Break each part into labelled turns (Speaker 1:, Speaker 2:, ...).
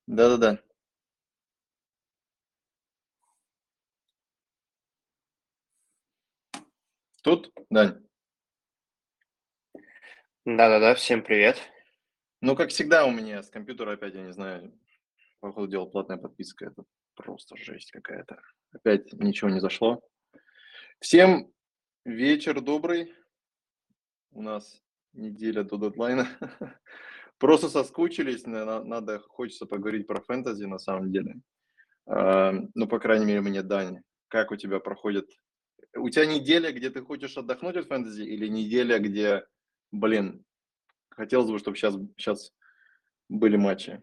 Speaker 1: Да-да-да. Тут, Дань.
Speaker 2: Да-да-да, всем привет.
Speaker 1: Ну, как всегда у меня с компьютера опять, я не знаю, по ходу дела платная подписка. Это просто жесть какая-то. Опять ничего не зашло. Всем вечер добрый. У нас неделя до дедлайна. Просто соскучились. Надо, хочется поговорить про фэнтези на самом деле. Ну, по крайней мере, мне, Дань. Как у тебя проходит? У тебя неделя, где ты хочешь отдохнуть от фэнтези, или неделя, где, блин, хотелось бы, чтобы сейчас были матчи?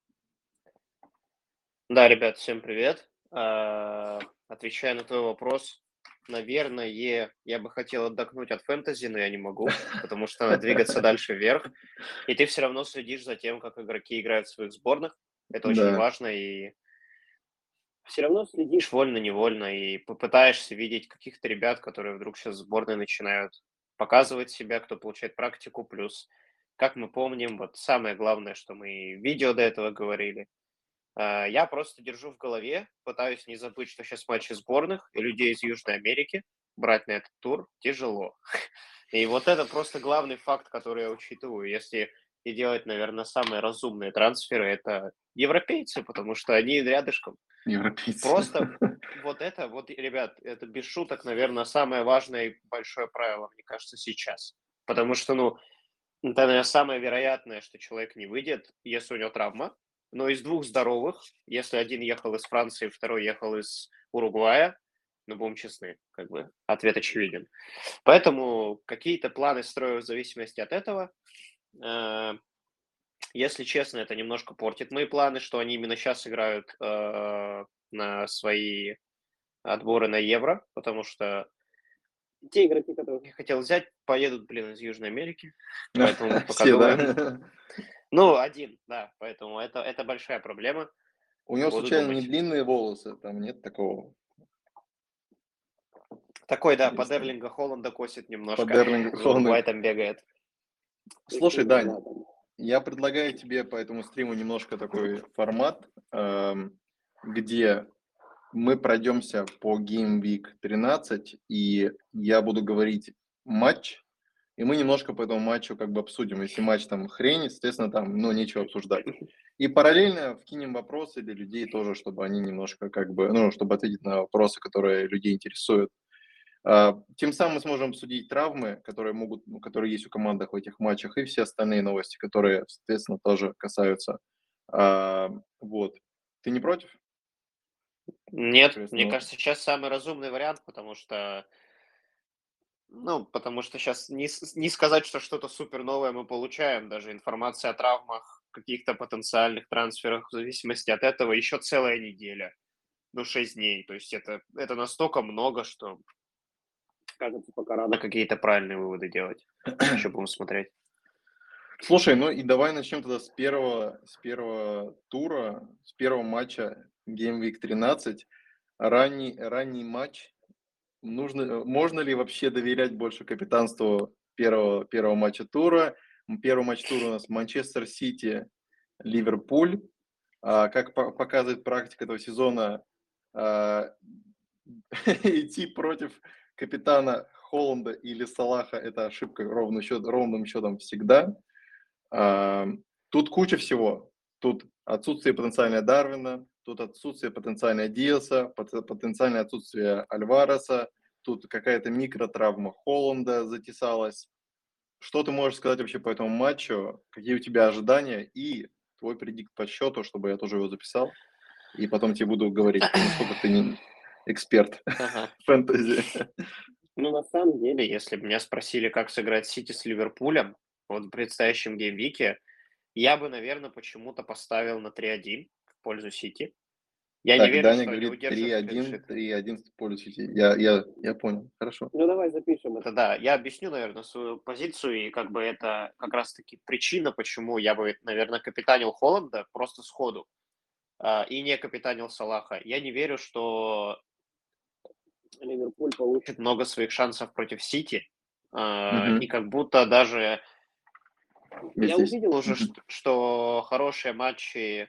Speaker 2: Да, ребят, всем привет. Отвечая на твой вопрос, наверное, я бы хотел отдохнуть от фэнтези, но я не могу, потому что надо двигаться дальше вверх. И ты все равно следишь за тем, как игроки играют в своих сборных. Это очень
Speaker 1: Да,
Speaker 2: важно, и все равно следишь вольно-невольно и попытаешься видеть каких-то ребят, которые вдруг сейчас в сборной начинают показывать себя, кто получает практику. Плюс, как мы помним, вот самое главное, что мы и в видео до этого говорили, я просто держу в голове, пытаюсь не забыть, что сейчас матчи сборных, и людей из Южной Америки брать на этот тур тяжело. И вот это просто главный факт, который я учитываю. Если и делать, наверное, самые разумные трансферы, это европейцы, потому что они рядышком.
Speaker 1: европейцы.
Speaker 2: Просто вот это, вот, ребят, это без шуток, наверное, самое важное и большое правило, мне кажется, сейчас. Потому что, ну, это, наверное, самое вероятное, что человек не выйдет, если у него травма. Но из двух здоровых, если один ехал из Франции, второй ехал из Уругвая, ну, будем честны, как бы ответ очевиден. Поэтому какие-то планы строю в зависимости от этого. Э, Если честно, это немножко портит мои планы, что они именно сейчас играют на свои отборы на Евро, потому что те игроки, которых я хотел взять, поедут, блин, из Южной Америки, поэтому мы пока
Speaker 1: Все,
Speaker 2: думаем.
Speaker 1: да?
Speaker 2: Ну, один, да, поэтому это большая проблема.
Speaker 1: У него
Speaker 2: Буду
Speaker 1: случайно не
Speaker 2: думать.
Speaker 1: длинные волосы? Там нет такого?
Speaker 2: Такой, да, под
Speaker 1: Если
Speaker 2: Эрлинга Холланда косит
Speaker 1: под
Speaker 2: немножко.
Speaker 1: Эрлинг
Speaker 2: За Уругвай
Speaker 1: Холланд.
Speaker 2: там бегает.
Speaker 1: Слушай, Дань, я предлагаю тебе по этому стриму немножко такой формат, где мы пройдемся по Game Week 13, и я буду говорить матч, и мы немножко по этому матчу как бы обсудим. Если матч там хрень, естественно, там, ну, нечего обсуждать. И параллельно вкинем вопросы для людей тоже, чтобы они немножко как бы, ну, чтобы ответить на вопросы, которые людей интересуют. Тем самым мы сможем обсудить травмы, которые могут, ну, которые есть у команд в этих матчах, и все остальные новости, которые, соответственно, тоже касаются. Вот. Ты не против?
Speaker 2: Нет, мне
Speaker 1: Соответственно,
Speaker 2: кажется, сейчас самый разумный вариант, потому что, ну, потому что сейчас не сказать, что что-то супер новое мы получаем, даже информация о травмах, каких-то потенциальных трансферах, в зависимости от этого, еще целая неделя, ну, 6 дней. То есть это настолько много, что, кажется, пока рано какие-то правильные выводы делать. Еще будем смотреть.
Speaker 1: слушай, ну и давай начнем тогда с первого тура, с первого матча Game Week 13. Ранний матч. Можно ли вообще доверять больше капитанству первого матча тура? Первый матч тура у нас Манчестер Сити, Ливерпуль. Как показывает практика этого сезона, а, идти против капитана Холланда или Салаха — это ошибка ровным счетом всегда. А, Тут куча всего. Тут отсутствие потенциального Дарвина, тут отсутствие потенциального Диаса, потенциальное отсутствие Альвареса, тут какая-то микротравма Холланда затесалась. Что ты можешь сказать вообще по этому матчу? Какие у тебя ожидания и твой предикт по счету, чтобы я тоже его записал, и потом тебе буду говорить, насколько ты не эксперт
Speaker 2: Ага.
Speaker 1: в фэнтези.
Speaker 2: Ну, на самом деле, если бы меня спросили, как сыграть Сити с Ливерпулем, вот в предстоящем геймвике, я бы, наверное, почему-то поставил на 3-1 в пользу Сити. Я не
Speaker 1: Так,
Speaker 2: верю,
Speaker 1: Даня
Speaker 2: что они
Speaker 1: говорит
Speaker 2: удержат
Speaker 1: 3-1,
Speaker 2: клиншит.
Speaker 1: 3-1 в пользу Сити. Я понял. Хорошо.
Speaker 2: Ну, давай запишем это, да. Я объясню, наверное, свою позицию, и как бы это как раз-таки причина, почему я бы, наверное, капитанил Холланда просто сходу, и не капитанил Салаха. Я не верю, что Ливерпуль получит много своих шансов против Сити, и
Speaker 1: Мгм.
Speaker 2: как будто даже
Speaker 1: Я
Speaker 2: я
Speaker 1: здесь.
Speaker 2: увидел уже,
Speaker 1: Мгм.
Speaker 2: что хорошие матчи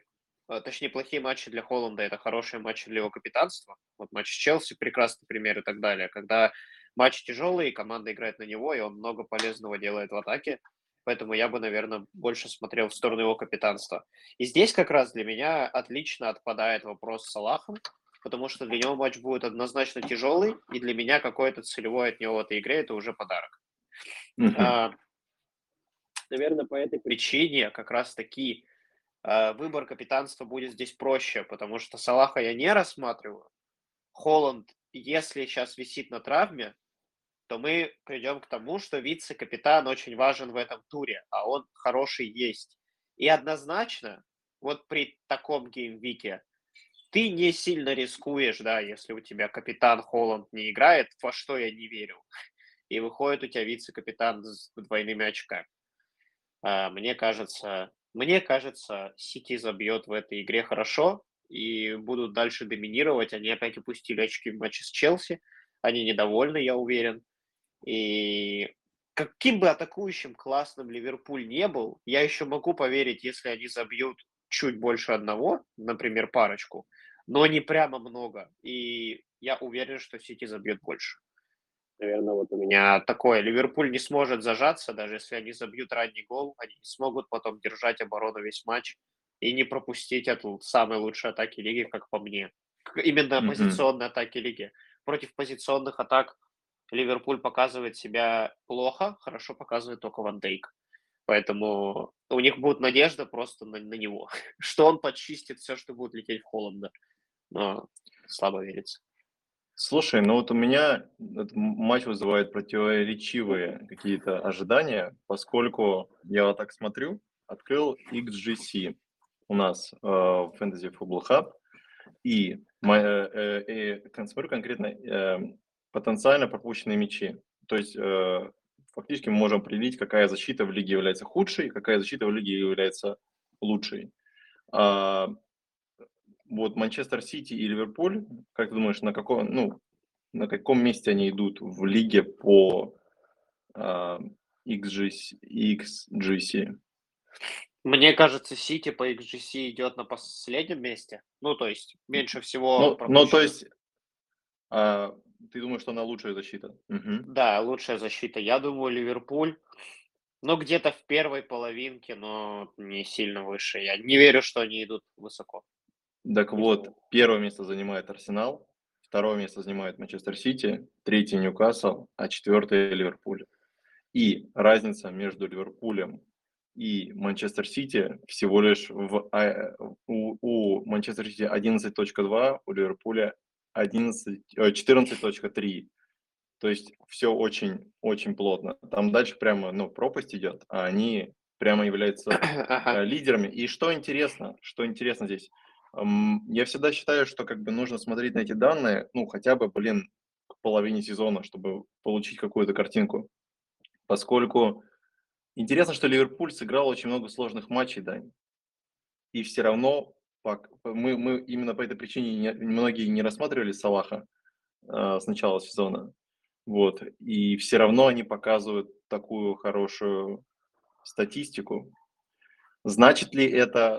Speaker 2: точнее, плохие матчи для Холланда — это хорошие матчи для его капитанства. Вот матч с Челси — прекрасный пример и так далее. Когда матч тяжелый, команда играет на него, и он много полезного делает в атаке. Поэтому я бы, наверное, больше смотрел в сторону его капитанства. И здесь как раз для меня отлично отпадает вопрос с Салахом, потому что для него матч будет однозначно тяжелый, и для меня какое-то целевое от него в этой игре — это уже подарок.
Speaker 1: Мгм.
Speaker 2: А, Наверное, по этой причине как раз-таки выбор капитанства будет здесь проще, потому что Салаха я не рассматриваю. Холланд, если сейчас висит на травме, то мы придем к тому, что вице-капитан очень важен в этом туре, а он хороший есть. И однозначно, вот при таком геймвике ты не сильно рискуешь, да, если у тебя капитан Холланд не играет, во что я не верю, и выходит у тебя вице-капитан с двойными очками. Мне кажется, Сити забьет в этой игре хорошо и будут дальше доминировать. Они опять упустили очки в матче с Челси. Они недовольны, я уверен. И каким бы атакующим классным Ливерпуль не был, я еще могу поверить, если они забьют чуть больше одного, например, парочку, но не прямо много. И я уверен, что Сити забьет больше. Наверное, вот у меня такое. Ливерпуль не сможет зажаться, даже если они забьют ранний гол, они не смогут потом держать оборону весь матч и не пропустить эту самой лучшей атаки лиги, как по мне. Именно
Speaker 1: Мгм.
Speaker 2: позиционной атаки лиги. Против позиционных атак Ливерпуль показывает себя плохо, хорошо показывает только Ван Дейк. Поэтому у них будет надежда просто на него, что он подчистит все, что будет лететь в Холланда. Но слабо верится.
Speaker 1: Слушай, ну вот у меня этот матч вызывает противоречивые какие-то ожидания, поскольку я вот так смотрю, открыл XGC у нас в Fantasy Football Hub, и смотрю конкретно потенциально пропущенные мячи. То есть фактически мы можем определить, какая защита в лиге является худшей, какая защита в лиге является лучшей. А, вот Манчестер Сити и Ливерпуль, как ты думаешь, на каком месте они идут в лиге по а, XGC?
Speaker 2: Мне кажется, Сити по XGC идет на последнем месте. Ну, то есть меньше всего
Speaker 1: Ну, то
Speaker 2: пропущенных.
Speaker 1: есть ты думаешь, что она лучшая защита? Мгм.
Speaker 2: Да, лучшая защита. Я думаю, Ливерпуль. Ну, где-то в первой половинке, но не сильно выше. Я не верю, что они идут высоко.
Speaker 1: Так
Speaker 2: Не
Speaker 1: вот,
Speaker 2: знаю.
Speaker 1: первое место занимает Арсенал, второе место занимает Манчестер Сити, третье Ньюкасл, а четвертое Ливерпуль. И разница между Ливерпулем и Манчестер Сити всего лишь у Манчестер Сити 11,2, у Ливерпуля 14,3. То есть все очень, очень плотно. Там дальше прямо, ну, пропасть идет, а они прямо являются
Speaker 2: Ага.
Speaker 1: лидерами. И что интересно здесь, я всегда считаю, что как бы нужно смотреть на эти данные, ну, хотя бы, блин, к половине сезона, чтобы получить какую-то картинку. Поскольку интересно, что Ливерпуль сыграл очень много сложных матчей, Дань, и все равно мы именно по этой причине многие не рассматривали Салаха с начала сезона. Вот. И все равно они показывают такую хорошую статистику. Значит ли это,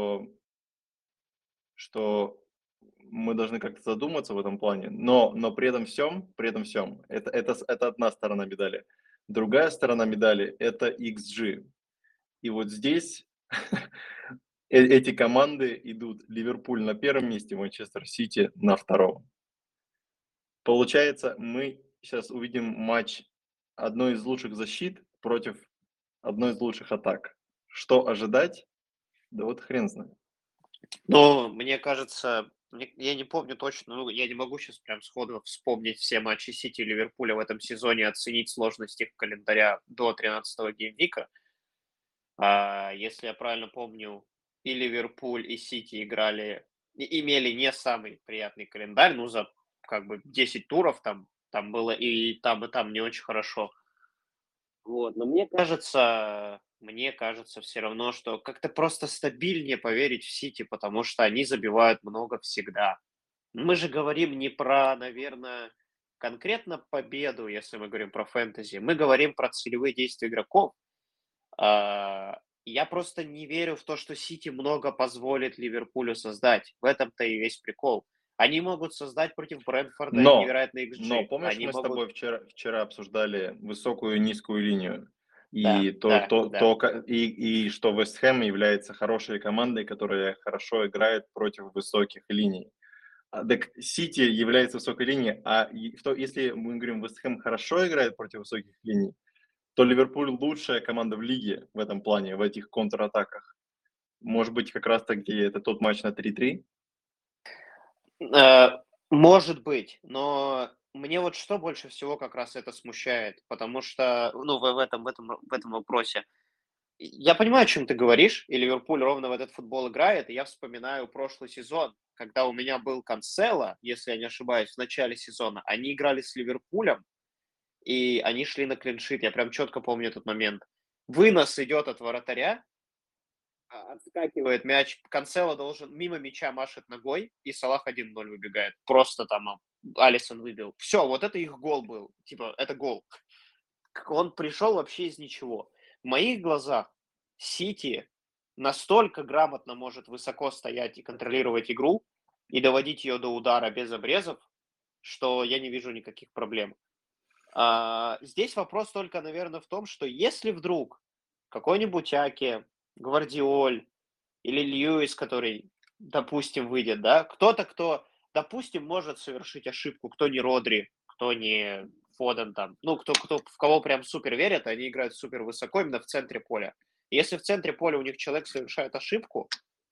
Speaker 1: что мы должны как-то задуматься в этом плане? Но при этом всем, это одна сторона медали. Другая сторона медали — это XG. И вот здесь эти команды идут: Ливерпуль на первом месте, Манчестер Сити на втором. Получается, мы сейчас увидим матч одной из лучших защит против одной из лучших атак. Что ожидать? Да вот хрен знает.
Speaker 2: Но мне кажется, я не помню точно, ну, я не могу сейчас прям сходу вспомнить все матчи Сити и Ливерпуля в этом сезоне, оценить сложность их календаря до 13-го геймвика. Если я правильно помню, и Ливерпуль, и Сити имели не самый приятный календарь, ну, за как бы 10 туров там было и там не очень хорошо. Вот, но мне кажется все равно, что как-то просто стабильнее поверить в Сити, потому что они забивают много всегда. Мы же говорим не про, наверное, конкретно победу, если мы говорим про фэнтези. Мы говорим про целевые действия игроков. Я просто не верю в то, что Сити много позволит Ливерпулю создать. В этом-то и весь прикол. Они могут создать против Брентфорда
Speaker 1: Но,
Speaker 2: невероятный
Speaker 1: но
Speaker 2: XG.
Speaker 1: помнишь,
Speaker 2: Они
Speaker 1: мы с
Speaker 2: могут...
Speaker 1: тобой вчера обсуждали высокую и низкую линию,
Speaker 2: Да,
Speaker 1: и
Speaker 2: да, да.
Speaker 1: и что Вест Хэм является хорошей командой, которая хорошо играет против высоких линий. Так Сити является высокой линией, если мы говорим, Вест Хэм хорошо играет против высоких линий, то Ливерпуль лучшая команда в лиге в этом плане, в этих контратаках. Может быть, как раз-таки это тот матч на 3-3?
Speaker 2: Э, Может быть, но мне вот что больше всего как раз это смущает, потому что, ну, в этом вопросе. Я понимаю, о чем ты говоришь, и Ливерпуль ровно в этот футбол играет, и я вспоминаю прошлый сезон, когда у меня был Канцело, если я не ошибаюсь, в начале сезона. Они играли с Ливерпулем, и они шли на клиншит. Я прям четко помню этот момент. Вынос идет от вратаря, отскакивает мяч, Канцело должен мимо мяча машет ногой, и Салах 1-0 выбегает. Просто там Алисон выбил. Все, вот это их гол был. Типа, это гол. Он пришел вообще из ничего. В моих глазах Сити настолько грамотно может высоко стоять и контролировать игру и доводить ее до удара без обрезов, что я не вижу никаких проблем. Здесь вопрос только, наверное, в том, что если вдруг какой-нибудь Аке, Гвардиоль или Льюис, который, допустим, выйдет, да, кто-то, кто, допустим, может совершить ошибку, кто не Родри, кто не Фоден там, ну, в кого прям супер верят, они играют супер высоко именно в центре поля. Если в центре поля у них человек совершает ошибку,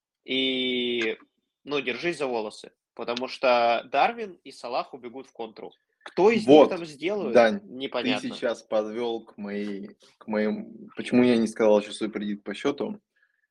Speaker 2: и, ну, держись за волосы, потому что Дарвин и Салах убегут в контру. Кто из них там
Speaker 1: Вот,
Speaker 2: сделают,
Speaker 1: Дань, ты
Speaker 2: непонятно.
Speaker 1: сейчас подвел к моим, почему я не сказал сейчас свой предикт по счету.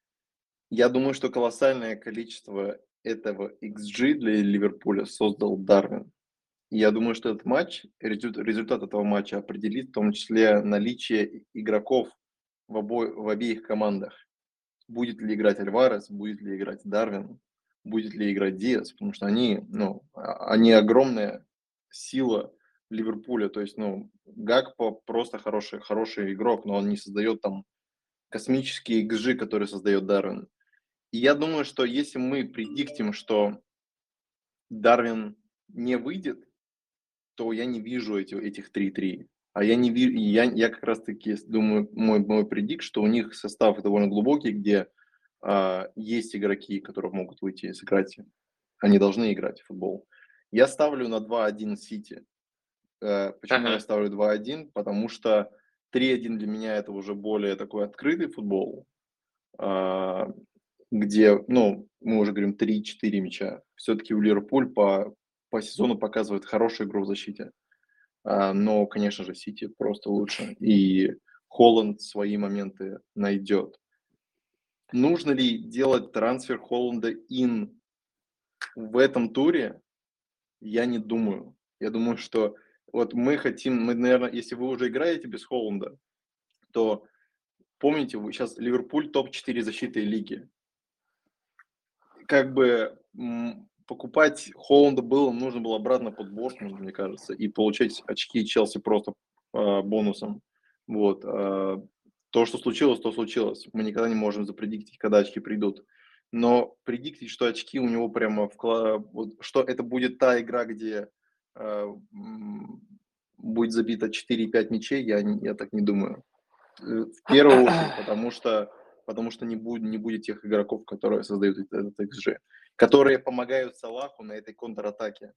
Speaker 1: Я думаю, что колоссальное количество этого XG для Ливерпуля создал Дарвин. И я думаю, что этот матч, результат этого матча определит в том числе наличие игроков в обеих командах. Будет ли играть Альварес, будет ли играть Дарвин, будет ли играть Диас, потому что они огромная сила Ливерпуля. То есть, Гакпо просто хороший игрок, но он не создает там космические XG, которые создает Дарвин. И я думаю, что если мы предиктим, что Дарвин не выйдет, то я не вижу этих 3-3. А я не вижу, я как раз таки думаю, мой предикт, что у них состав довольно глубокий, где есть игроки, которые могут выйти и сыграть. Они должны играть в футбол. Я ставлю на 2-1 Сити. Почему я
Speaker 2: Ага.
Speaker 1: ставлю 2-1? Потому что 3-1 для меня это уже более такой открытый футбол, а, где, мы уже говорим 3-4 мяча. Все-таки у Ливерпуль по сезону показывает хорошую игру в защите. Но, конечно же, Сити просто лучше. И Холланд свои моменты найдет. Нужно ли делать трансфер Холланда в этом туре? Я не думаю. Я думаю, что вот наверное, если вы уже играете без Холланда, то помните, вы сейчас Ливерпуль топ-4 защиты лиги. Как бы покупать Холланда нужно было обратно под Бортмунд, мне кажется, и получать очки Челси просто бонусом. Вот. То, что случилось, то случилось. Мы никогда не можем запредиктить, когда очки придут. Но предиктить, что очки у него что это будет та игра, где будет забито 4-5 мячей, я так не думаю. В первую очередь, потому что не будет тех игроков, которые создают этот XG, которые помогают Салаху на этой контратаке.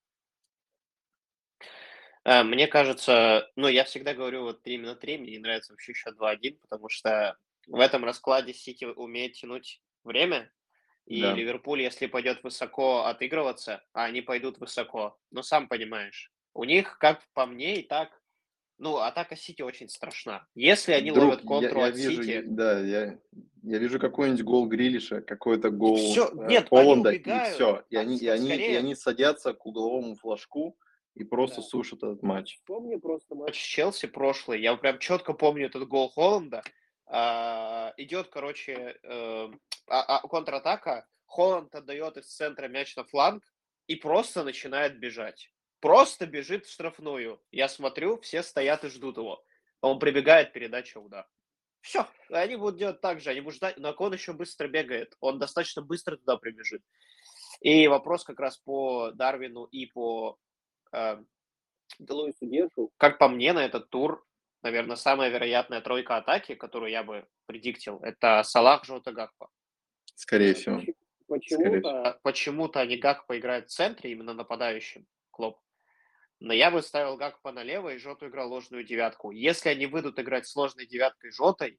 Speaker 2: Мне кажется, ну, я всегда говорю вот 3-3, мне не нравится вообще еще 2-1, потому что в этом раскладе Сити умеет тянуть время, и
Speaker 1: Да.
Speaker 2: Ливерпуль, если пойдет высоко отыгрываться, а они пойдут высоко, ну, сам понимаешь, у них, как по мне, и так, ну, атака Сити очень страшна. Если они
Speaker 1: Друг,
Speaker 2: ловят
Speaker 1: я,
Speaker 2: контру
Speaker 1: я
Speaker 2: от
Speaker 1: вижу,
Speaker 2: Сити,
Speaker 1: да, я вижу какой-нибудь гол Грилиша, какой-то гол
Speaker 2: все, нет, они
Speaker 1: Холланда, и
Speaker 2: убегают,
Speaker 1: все. И они, и они, и
Speaker 2: скорее,
Speaker 1: они садятся к угловому флажку и просто
Speaker 2: да.
Speaker 1: сушат этот матч.
Speaker 2: Вспомни просто матч с Челси прошлый. Я прям четко помню этот гол Холланда. Идет, короче, контратака. Холланд отдает из центра мяч на фланг и просто начинает бежать. Просто бежит в штрафную. Я смотрю, все стоят и ждут его. Он прибегает, передача, удар. Все, они будут делать так же, они будут ждать, но он еще быстро бегает, он достаточно быстро туда прибежит. И вопрос как раз по Дарвину и по э, Луису Диасу. Как по мне, на этот тур, наверное, самая вероятная тройка атаки, которую я бы предиктил, это Салах, Жота, Гакпо.
Speaker 1: Скорее всего. Скорее всего.
Speaker 2: Почему-то они Гакпо играют в центре, именно нападающим, Клоп. Но я бы ставил Гакпо налево и Жоту играл ложную девятку. Если они выйдут играть сложной девяткой Жотой,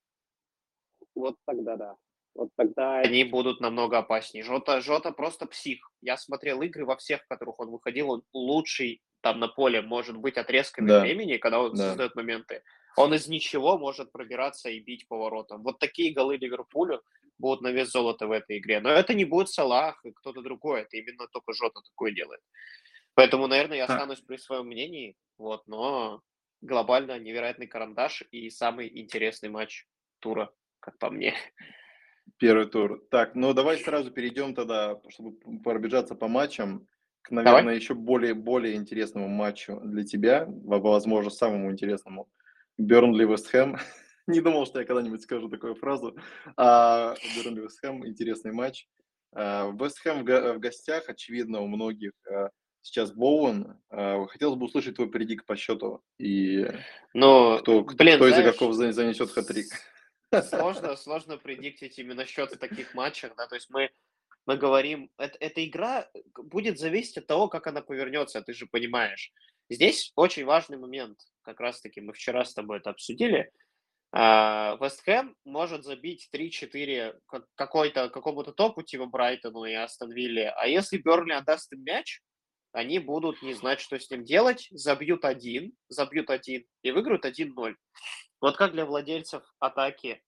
Speaker 2: вот тогда да. Вот тогда они будут намного опаснее. Жота просто псих. Я смотрел игры во всех, в которых он выходил, он лучший там на поле может быть отрезками
Speaker 1: Да,
Speaker 2: времени, когда он
Speaker 1: да.
Speaker 2: создает моменты. Он из ничего может пробираться и бить поворотом. Вот такие голы Ливерпулю будут на вес золота в этой игре. Но это не будет Салах и кто-то другой. Это именно только Жота такое делает. Поэтому, наверное, я
Speaker 1: Так,
Speaker 2: останусь при своем мнении. Вот, но глобально невероятный карандаш и самый интересный матч тура, как по мне.
Speaker 1: первый тур. Так, ну давай сразу перейдем тогда, чтобы пробежаться по матчам, к,
Speaker 2: Давай.
Speaker 1: наверное, еще более интересному матчу для тебя, возможно, самому интересному. Бернли Вест Хэм. Не думал, что я когда-нибудь скажу такую фразу. Бернли Вест Хэм, интересный матч. Вест Хэм в гостях, очевидно, у многих сейчас Боуэн. Хотелось бы услышать твой предик по счету и
Speaker 2: Ну, блин,
Speaker 1: кто из
Speaker 2: знаешь,
Speaker 1: игроков занесет хэт-трик.
Speaker 2: сложно предиктить именно счет в таких матчах, да, то есть мы говорим, эта игра будет зависеть от того, как она повернется, ты же понимаешь. Здесь очень важный момент, как раз-таки мы вчера с тобой это обсудили. Вест Хэм может забить 3-4 какому-то топу, типа Брайтону и Астон Вилле, а если Бернли отдаст им мяч, они будут не знать, что с ним делать, забьют один и выиграют 1-0. Вот как для владельцев атаки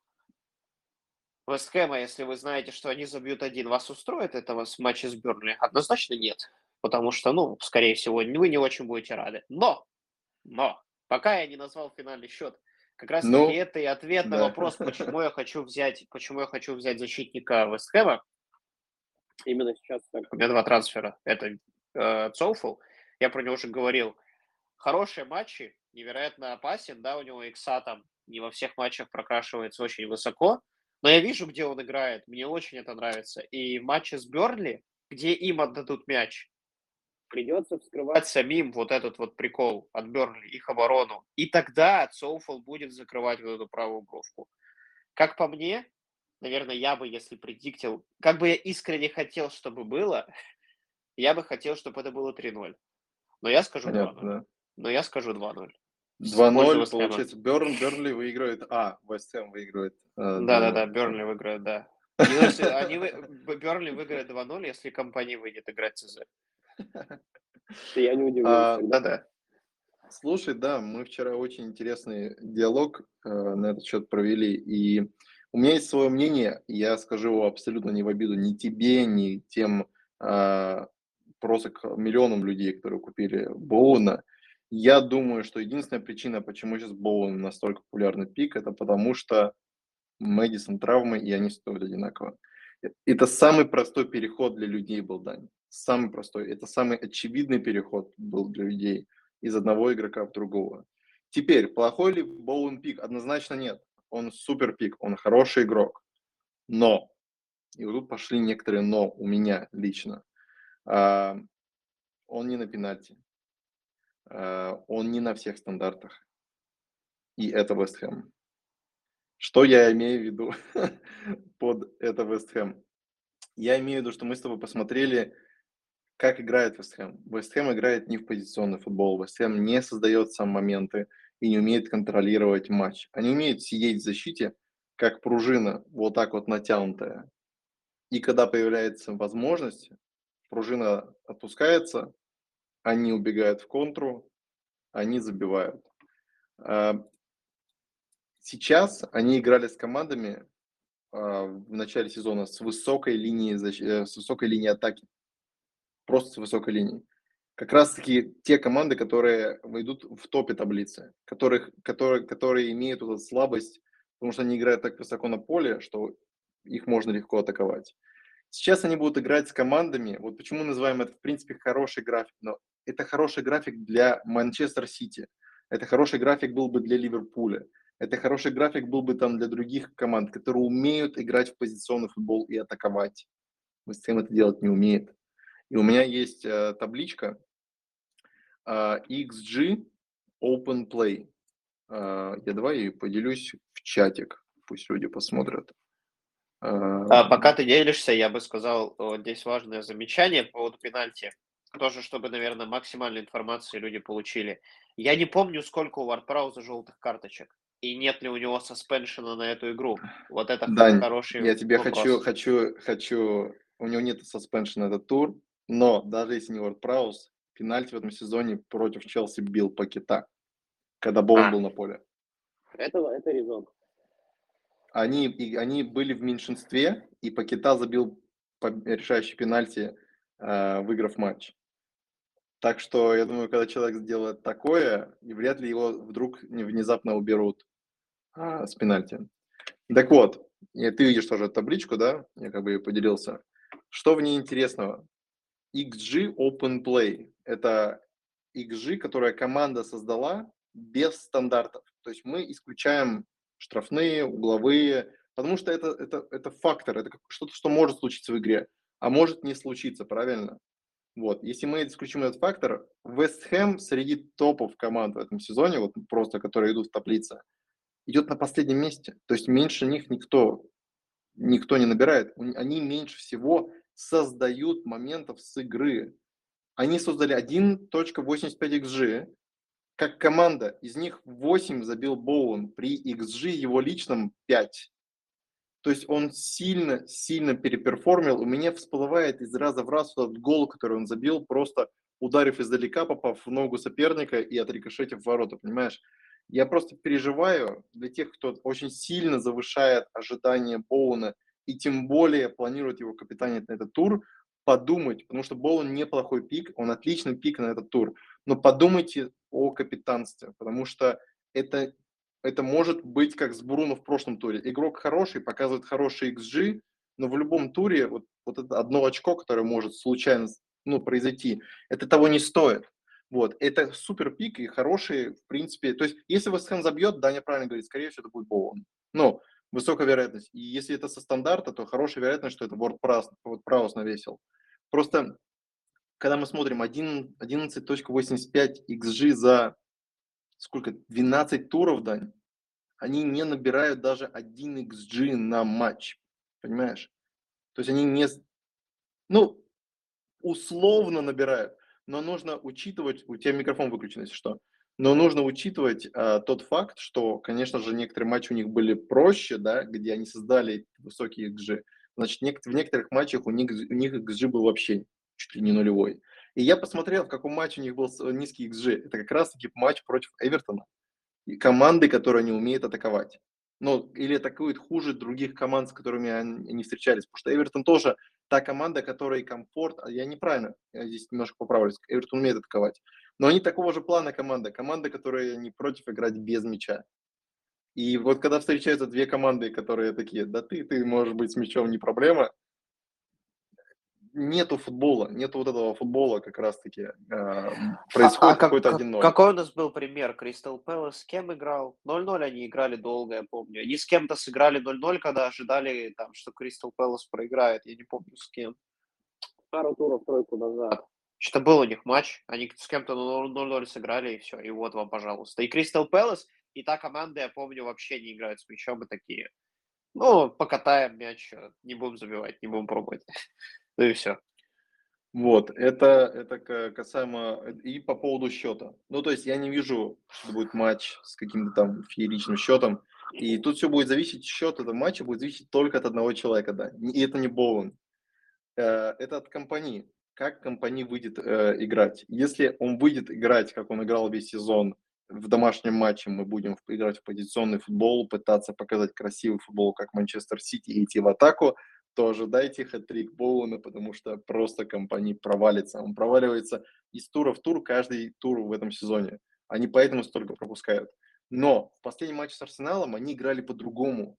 Speaker 2: Вест Хэма, если вы знаете, что они забьют один, вас устроит этого с матча с Бернли? Однозначно нет. Потому что, ну, скорее всего, вы не очень будете рады. Но, пока я не назвал финальный счет, как раз-таки
Speaker 1: Ну,
Speaker 2: это и ответ на
Speaker 1: да.
Speaker 2: вопрос, почему я хочу взять защитника Вест Хэма. Именно сейчас у меня два трансфера. Это Цоуфл, я про него уже говорил. Хорошие матчи, невероятно опасен, да, у него икса там не во всех матчах прокрашивается очень высоко, но я вижу, где он играет, мне очень это нравится. И в матче с Бернли, где им отдадут мяч, придется вскрывать самим вот этот вот прикол от Бернли, их оборону. И тогда Цоуфл будет закрывать вот эту правую бровку. Как по мне, наверное, я бы, если предиктил, как бы я искренне хотел, чтобы было, я бы хотел, чтобы это было 3-0. Но я скажу
Speaker 1: Понятно,
Speaker 2: 2-0.
Speaker 1: да.
Speaker 2: Но я скажу 2-0. В пользу
Speaker 1: 2-0,
Speaker 2: Вест Хэма.
Speaker 1: получается, Бернли выигрывает, Вест Хэм выигрывает
Speaker 2: Да-да-да,
Speaker 1: 2-0.
Speaker 2: Бернли выиграет, да. Ну, если Бернли выиграет 2-0, если компания выйдет играть ЦЗ. Я не удивлюсь
Speaker 1: А,
Speaker 2: тогда. Да-да.
Speaker 1: Слушай, да, мы вчера очень интересный диалог на этот счет провели, и у меня есть свое мнение, я скажу его абсолютно не в обиду ни тебе, ни тем а, просто к миллионам людей, которые купили Боуна. Я думаю, что единственная причина, почему сейчас Боуэн настолько популярный пик, это потому что Мэдисон травмы, и они стоят одинаково. Это самый простой переход для людей был, Дань. Самый простой. Это самый очевидный переход был для людей из одного игрока в другого. Теперь, плохой ли Боуэн пик? Однозначно нет. Он супер пик, он хороший игрок. Но, и вот тут пошли некоторые но у меня лично. А, Он не на пенальти. Он не на всех стандартах. И это Вест Хэм. Что я имею в виду под это Вест Хэм? Я имею в виду, что мы с тобой посмотрели, как играет Вест Хэм. Вест Хэм играет не в позиционный футбол. Вест Хэм не создает сам моменты и не умеет контролировать матч. Они умеют сидеть в защите, как пружина, вот так вот натянутая. И когда появляется возможность, пружина отпускается, они убегают в контру, они забивают. А, Сейчас они играли с командами в начале сезона с высокой линией, с высокой линией атаки. Просто с высокой линии. Как раз таки те команды, которые идут в топе таблицы, которые имеют эту слабость, потому что они играют так высоко на поле, что их можно легко атаковать. Сейчас они будут играть с командами, вот почему называем это, в принципе, хороший график, но это хороший график для Манчестер Сити, это хороший график был бы для Ливерпуля, Это хороший график был бы там для других команд, которые умеют играть в позиционный футбол и атаковать. Вест Хэм это делать не умеет. И у меня есть табличка XG Open Play. Я давай ее поделюсь в чатик, пусть люди посмотрят.
Speaker 2: Пока ты делишься, я бы сказал, вот здесь важное замечание по поводу пенальти. Тоже, чтобы, наверное, максимальной информации люди получили. Я не помню, сколько у Вард-Прауза желтых карточек. И нет ли у него саспеншена на эту игру. Вот это
Speaker 1: Дань,
Speaker 2: хороший
Speaker 1: я тебе
Speaker 2: вопрос.
Speaker 1: хочу, у него нет саспеншн этот тур, но даже если не Ward-Prowse, пенальти в этом сезоне против Челси бил Пакета, когда Боун был на поле.
Speaker 2: Это резон.
Speaker 1: Они были в меньшинстве, и Пакета забил решающий пенальти, выиграв матч. Так что я думаю, когда человек сделает такое, и вряд ли его вдруг внезапно уберут с пенальти. Так вот, и ты видишь тоже табличку, да? Я как бы ее поделился. Что в ней интересного? XG Open Play. Это XG, которое команда создала без стандартов. То есть мы исключаем штрафные, угловые, потому что это фактор, это что-то, что может случиться в игре, а может не случиться, правильно? Вот. Если мы исключим этот фактор, Вест Хэм среди топов команд в этом сезоне, вот просто которые идут в таблице, идет на последнем месте. То есть меньше них никто не набирает. Они меньше всего создают моментов с игры. Они создали 1.85 XG. Как команда, из них 8 забил Боуэн, при XG его личном 5. То есть он сильно переперформил. У меня всплывает из раза в раз этот гол, который он забил, просто ударив издалека, попав в ногу соперника и отрикошетив в ворота, понимаешь? Я просто переживаю для тех, кто очень сильно завышает ожидания Боуна и тем более планирует его капитанить на этот тур, подумать, потому что Боун неплохой пик, он отличный пик на этот тур, но подумайте о капитанстве, потому что это это может быть как с Бруно в прошлом туре. Игрок хороший, показывает хороший XG, но в любом туре вот это одно очко, которое может случайно произойти, это того не стоит. Вот. Это супер пик и хороший, в принципе. То есть, если Вест Хэм забьет, Даня правильно говорит, скорее всего, это будет Боуэн. Но высокая вероятность. И если это со стандарта, то хорошая вероятность, что это Ward-Prowse навесил. Просто, когда мы смотрим 11.85 XG за сколько? 12 туров, Дань, они не набирают даже 1 XG на матч, понимаешь? То есть они не, ну, условно набирают, но нужно учитывать, у тебя микрофон выключен, если что, но нужно учитывать тот факт, что, конечно же, некоторые матчи у них были проще, да, где они создали высокие XG. Значит, в некоторых матчах у них XG был вообще чуть ли не нулевой. И я посмотрел, в каком матче у них был низкий XG. Это как раз-таки матч против Эвертона. И команды, которые не умеют атаковать. Ну, или атакуют хуже других команд, с которыми они встречались. Потому что Эвертон тоже та команда, которой комфорт, я неправильно, я здесь немножко поправлюсь, Эвертон умеет атаковать. Но они такого же плана команда, которая не против играть без мяча. И вот когда встречаются две команды, которые такие, да ты можешь быть с мячом не проблема, нету футбола, нету вот этого футбола как раз-таки. Происходит какой-то 1-0.
Speaker 2: Какой у нас был пример? Кристал Пэлас с кем играл? 0-0 они играли долго, я помню. Они с кем-то сыграли 0-0, когда ожидали, там, что Кристал Пэлас проиграет. Я не помню с кем. Пару туров, тройку назад. Что-то был у них матч. Они с кем-то 0-0 сыграли, и все. И вот вам, пожалуйста. И Кристал Пэлас, и та команда, я помню, вообще не играют с мячом и такие. Ну, покатаем мяч, не будем забивать, не будем пробовать. Ну и все.
Speaker 1: Вот, это касаемо и по поводу счета. Ну, то есть я не вижу, что это будет матч с каким-то там фееричным счетом. И тут все будет зависеть, счет этого матча будет зависеть только от одного человека, да. И это не Боуэн. Это от компании. Как компания выйдет играть. Если он выйдет играть, как он играл весь сезон, в домашнем матче мы будем играть в позиционный футбол, пытаться показать красивый футбол, как Манчестер Сити, и идти в атаку, то ожидайте хэт-трик Боуэна, потому что просто компания провалится. Он проваливается из тура в тур, каждый тур в этом сезоне. Они поэтому столько пропускают. Но в последнем матче с Арсеналом они играли по-другому.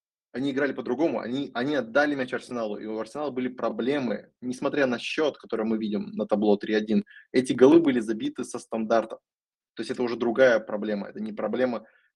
Speaker 1: Они отдали мяч Арсеналу, и у Арсенала были проблемы. Несмотря на счет, который мы видим на табло 3-1, эти голы были забиты со стандартов. То есть это уже другая проблема. Это не проблема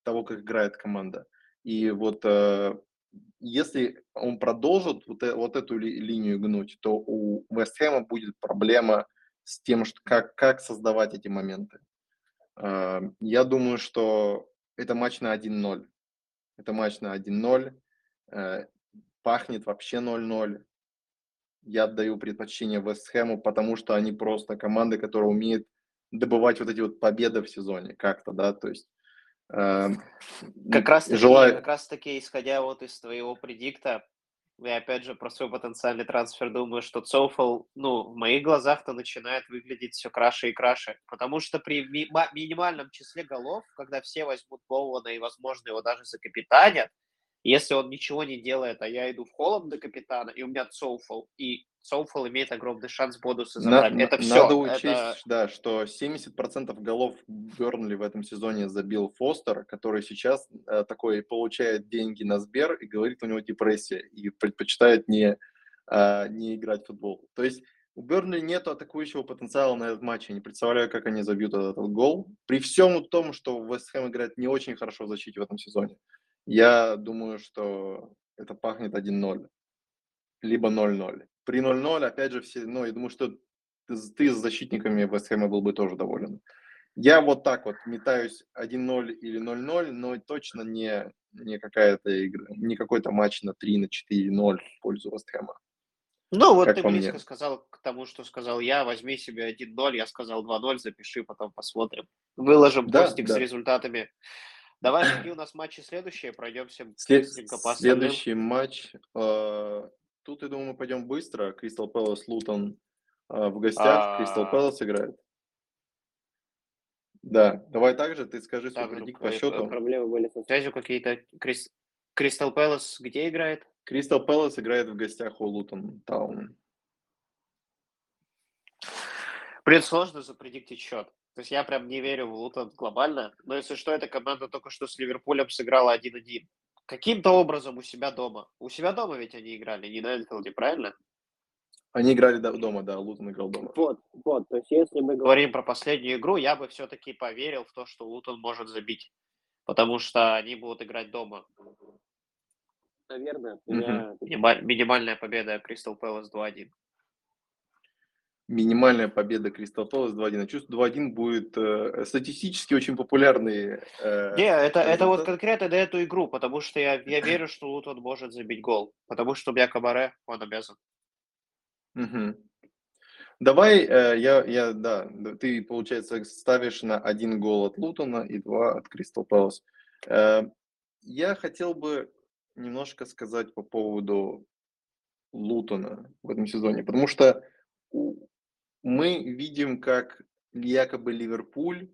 Speaker 1: того, как играет команда. И вот если он продолжит вот эту линию гнуть, то у Вест Хэма будет проблема с тем, что как создавать эти моменты. Я думаю, что это матч на 1-0. Это матч на 1-0. Пахнет вообще 0-0. Я отдаю предпочтение Вест Хэму, потому что они просто команда, которая умеет добывать вот эти вот победы в сезоне как-то, да, то есть
Speaker 2: Как раз таки,
Speaker 1: желаю...
Speaker 2: как раз таки, исходя вот из твоего предикта, я опять же про свой потенциальный трансфер думаю, что Цоуфл, ну, в моих глазах-то начинает выглядеть все краше и краше, потому что при минимальном числе голов, когда все возьмут Боуэна и, возможно, его даже закапитанят, если он ничего не делает, а я иду в Холланд до капитана, и у меня Цоуфл, и Цоуфл имеет огромный шанс бонусы забрать. Это
Speaker 1: Надо
Speaker 2: все,
Speaker 1: учесть,
Speaker 2: это...
Speaker 1: да, что 70% голов Бернли в этом сезоне забил Фостер, который сейчас такой получает деньги на Сбер и говорит, у него депрессия, и предпочитает не играть в футбол. То есть у Бернли нет атакующего потенциала на этот матч. Я не представляю, как они забьют этот гол. При всем том, что Вест Хэм играет не очень хорошо в защите в этом сезоне. Я думаю, что это пахнет 1-0, либо 0-0. При 0-0, опять же, все, ну, я думаю, что ты с защитниками Вест Хэма был бы тоже доволен. Я вот так вот метаюсь 1-0 или 0-0, но точно не какая-то игра, не какой-то матч на 3, на 4-0 в пользу Вест Хэма,
Speaker 2: Ну, вот
Speaker 1: как
Speaker 2: ты
Speaker 1: по
Speaker 2: близко
Speaker 1: мне.
Speaker 2: сказал к тому, что сказал я. Возьми себе 1-0, я сказал 2-0, запиши, потом посмотрим. Выложим
Speaker 1: Да,
Speaker 2: постик с
Speaker 1: да.
Speaker 2: результатами. Давай, какие у нас матчи следующие, пройдемся быстренько по остальным.
Speaker 1: Следующий матч. Тут, я думаю, мы пойдем быстро. Кристал Пэлас, Лутон в гостях. Кристал
Speaker 2: А,
Speaker 1: Пэлас играет. Да, давай также ты скажи свой
Speaker 2: так, ну,
Speaker 1: предикт по счету.
Speaker 2: проблемы были со связью какие-то. Кристал Пэлас где играет?
Speaker 1: Кристал Пэлас играет в гостях у Лутон Таун.
Speaker 2: Блин, сложно запредиктить счет. То есть я прям не верю в Лутон глобально. Но если что, эта команда только что с Ливерпулем сыграла 1-1. Каким-то образом у себя дома. У себя дома ведь они играли, не на Энфилде, правильно?
Speaker 1: Они играли дома, да, Лутон играл дома.
Speaker 2: Вот, то есть если мы говорим про последнюю игру, я бы все-таки поверил в то, что Лутон может забить, потому что они будут играть дома. Наверное, у меня минимальная победа Кристал Пэлас 2-1.
Speaker 1: Минимальная победа Кристал Пэлас 2-1. Я чувствую, 2-1 будет статистически очень популярный
Speaker 2: Не, это вот
Speaker 1: результат.
Speaker 2: конкретно на эту игру, потому что я верю, что Лутон может забить гол, потому что у меня Кабаре, он обязан.
Speaker 1: Мгм. Давай, да, ты, получается, ставишь на 1 гол от Лутона и 2 от Кристал Пэлас. Я хотел бы немножко сказать по поводу Лутона в этом сезоне, потому что мы видим, как якобы Ливерпуль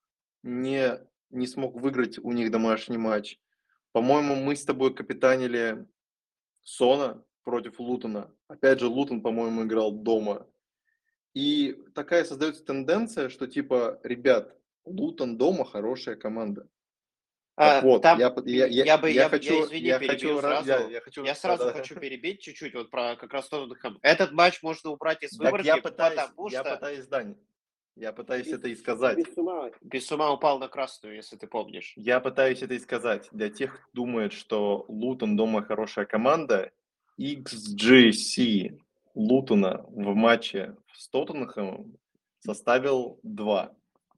Speaker 1: не смог выиграть у них домашний матч. По-моему, мы с тобой капитанили Сона против Лутона. Опять же, Лутон, по-моему, играл дома. И такая создается тенденция, что типа, ребят, Лутон дома хорошая команда. Так вот,
Speaker 2: Там я, извини, перебью сразу.
Speaker 1: я хочу,
Speaker 2: Я сразу
Speaker 1: да-да.
Speaker 2: хочу перебить чуть-чуть вот про как раз Тоттенхэм. Этот матч можно убрать из
Speaker 1: Так я
Speaker 2: выборки,
Speaker 1: пытаюсь,
Speaker 2: потому
Speaker 1: я
Speaker 2: что
Speaker 1: пытаюсь, Дань, я пытаюсь это и сказать.
Speaker 2: без ума упал на красную, если ты помнишь.
Speaker 1: Я пытаюсь это и сказать. Для тех, кто думает, что Лутон дома хорошая команда, XGC Лутона в матче с Тоттенхэмом составил 2.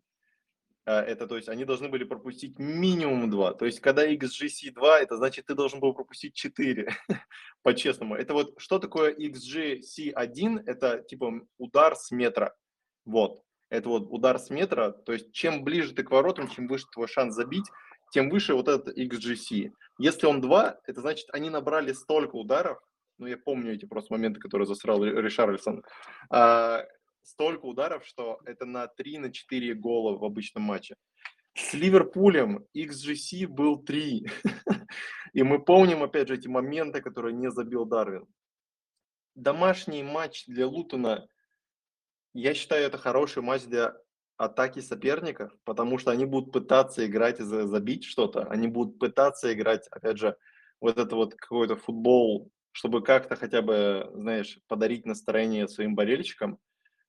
Speaker 1: Это, то есть, они должны были пропустить минимум 2. То есть, когда XGC 2, это значит, ты должен был пропустить 4. По-честному. Это вот, что такое XGC 1? Это, типа, удар с метра. Вот. Это вот удар с метра. То есть, чем ближе ты к воротам, чем выше твой шанс забить, тем выше вот этот XGC. Если он 2, это значит, они набрали столько ударов. Ну, я помню эти просто моменты, которые засрал Ришарлисон. Столько ударов, что это на 3-4 гола в обычном матче. С Ливерпулем XGC был 3. И мы помним, опять же, эти моменты, которые не забил Дарвин. Домашний матч для Лутона, я считаю, это хороший матч для атаки соперников, потому что они будут пытаться играть и забить что-то. Они будут пытаться играть, опять же, вот это вот какой-то футбол, чтобы как-то хотя бы, знаешь, подарить настроение своим болельщикам.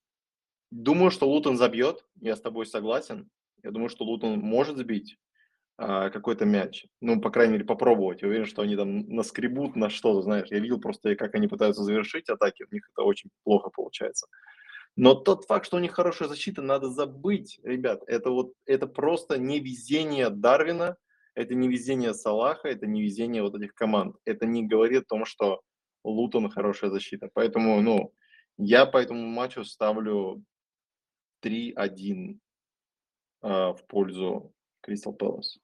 Speaker 1: Думаю, что Лутон забьет, я с тобой согласен. Я думаю, что Лутон может забить. какой-то мяч. Ну, по крайней мере, попробовать. Я уверен, что они там наскребут на что-то, знаешь. Я видел просто, как они пытаются завершить атаки, у них это очень плохо получается. Но тот факт, что у них хорошая защита, надо забыть, ребят. Это просто не везение Дарвина, это не везение Салаха, это не везение вот этих команд. Это не говорит о том, что Лутон хорошая защита. Поэтому, ну, я по этому матчу ставлю 3-1 в пользу Кристал Пэлас.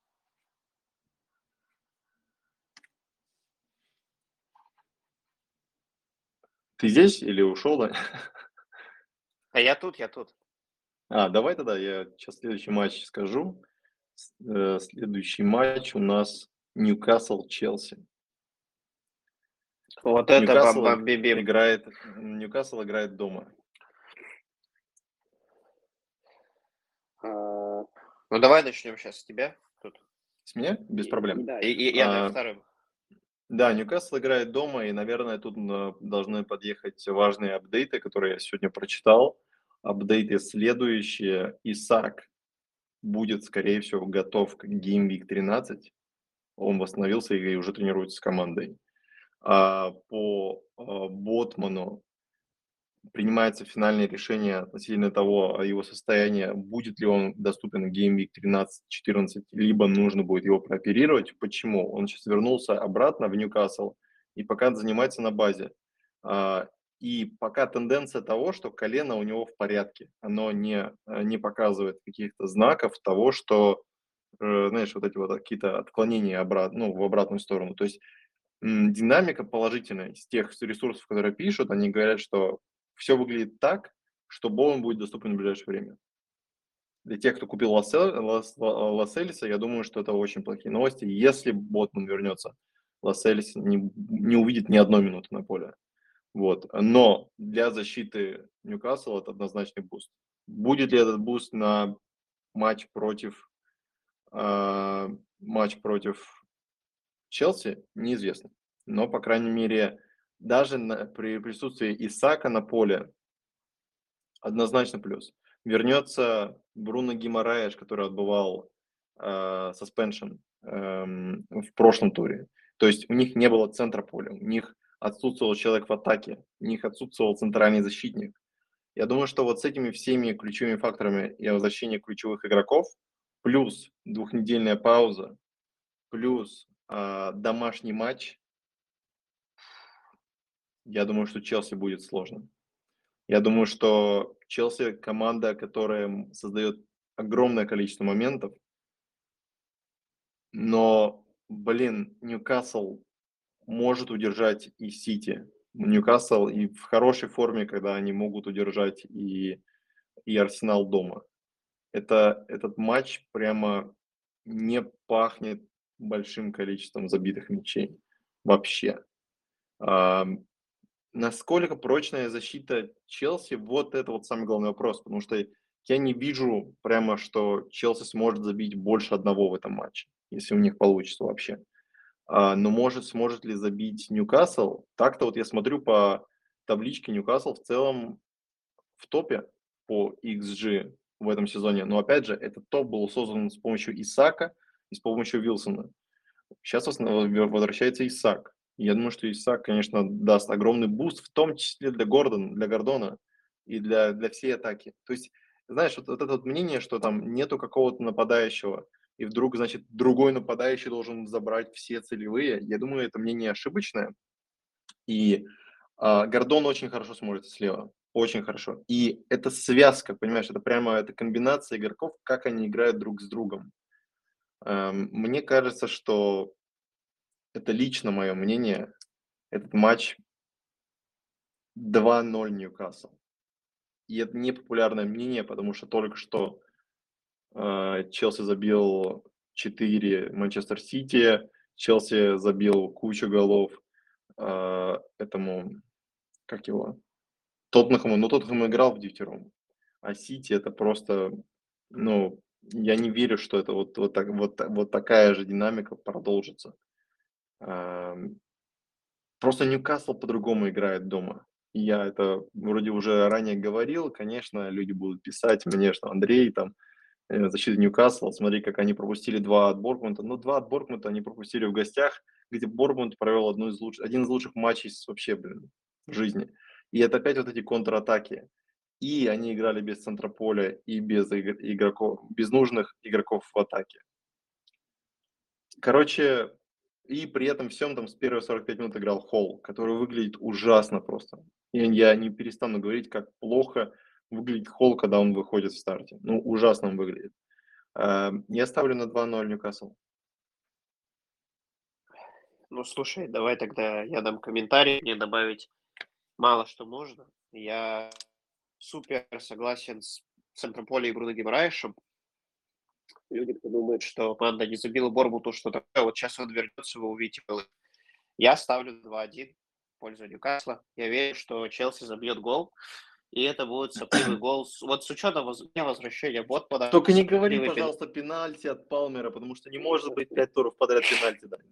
Speaker 1: Ты здесь или ушел, да?
Speaker 2: А я тут, я тут.
Speaker 1: Давай тогда я сейчас следующий матч скажу. Следующий матч у нас Ньюкасл-Челси.
Speaker 2: Вот это
Speaker 1: Ньюкасл
Speaker 2: бам-бам-бим-бим.
Speaker 1: Ньюкасл играет дома.
Speaker 2: Ну, давай начнем сейчас с тебя. Тут.
Speaker 1: С меня? Без проблем.
Speaker 2: Да, и я дам вторым.
Speaker 1: Да, Ньюкасл играет дома, и, наверное, тут должны подъехать важные апдейты, которые я сегодня прочитал. Апдейты следующие. Исаак будет, скорее всего, готов к Game Week 13. Он восстановился и уже тренируется с командой. По Ботману принимается финальное решение относительно того, его состояния, будет ли он доступен в Game Week 13-14, либо нужно будет его прооперировать. Почему? Он сейчас вернулся обратно в Ньюкасл и пока занимается на базе. И пока тенденция того, что колено у него в порядке, оно не показывает каких-то знаков того, что, знаешь, вот эти вот какие-то отклонения в обратную сторону. То есть динамика положительная из тех ресурсов, которые пишут, они говорят, что все выглядит так, что Боуэн будет доступен в ближайшее время. Для тех, кто купил Лас-Элиса, я думаю, что это очень плохие новости. Если Ботман вернется, Лас-Элис не увидит ни одной минуты на поле. Вот. Но для защиты Ньюкасла это однозначный буст. Будет ли этот буст на матч против Челси, неизвестно. Но, по крайней мере, даже при присутствии Исака на поле однозначно плюс. Вернется Бруно Гимараеш, который отбывал suspension в прошлом туре. То есть у них не было центра поля, у них отсутствовал человек в атаке, у них отсутствовал центральный защитник. Я думаю, что вот с этими всеми ключевыми факторами и возвращение ключевых игроков, плюс двухнедельная пауза, плюс домашний матч, я думаю, что Челси будет сложно. Я думаю, что Челси команда, которая создает огромное количество моментов, но, Ньюкасл может удержать и Сити. Ньюкасл и в хорошей форме, когда они могут удержать и Арсенал дома. Этот матч прямо не пахнет большим количеством забитых мячей вообще. Насколько прочная защита Челси, вот это вот самый главный вопрос, потому что я не вижу прямо, что Челси сможет забить больше одного в этом матче, если у них получится вообще. Но сможет ли забить Ньюкасл? Так-то вот я смотрю по табличке, Ньюкасл в целом в топе по XG в этом сезоне, но опять же, этот топ был создан с помощью Исака и с помощью Вилсона. Сейчас возвращается Исаак. Я думаю, что Исаак, конечно, даст огромный буст, в том числе для Гордона и для всей атаки. То есть, знаешь, вот это вот мнение, что там нету какого-то нападающего, и вдруг, значит, другой нападающий должен забрать все целевые, я думаю, это мнение ошибочное. И Гордон очень хорошо смотрится слева, очень хорошо. И это связка, понимаешь, это комбинация игроков, как они играют друг с другом. Мне кажется, что это лично мое мнение. Этот матч 2-0 Ньюкасл. И это непопулярное мнение, потому что только что Челси забил 4 Манчестер Сити, Челси забил кучу голов этому, как его, Тоттенхэму. Но Тоттенхэм играл в дифтером, а Сити это просто, ну, я не верю, что это вот такая же динамика продолжится. Просто Ньюкасл по-другому играет дома. И я это вроде уже ранее говорил. Конечно, люди будут писать мне, что Андрей, там, защиты Ньюкасла. Смотри, как они пропустили 2 от Борнмута. Ну, 2 от Борнмута они пропустили в гостях, где Борнмут провел один из лучших матчей вообще, блин, в жизни. И это опять вот эти контратаки. И они играли без центра поля и без игроков, без нужных игроков в атаке. Короче, и при этом всем там с первых 45 минут играл Холл, который выглядит ужасно просто. И я не перестану говорить, как плохо выглядит Холл, когда он выходит в старте. Ну, ужасно он выглядит. Я ставлю на 2-0 Ньюкасл.
Speaker 2: Ну, слушай, давай тогда я дам комментарий, мне добавить мало что можно. Я супер согласен с центром поля и Бруно Гимараишем. Люди, кто думает, что команда не забила Борнмуту, что такое, вот сейчас он вернется, вы увидите. Я ставлю 2-1 в пользу Ньюкасла. Я верю, что Челси забьет гол, и это будет сопливый гол. Вот с учетом возвращения Ботмана,
Speaker 1: Только не говори,
Speaker 2: сопливый
Speaker 1: пожалуйста, пенальти от Палмера, потому что не может быть 5 туров подряд пенальти. Да.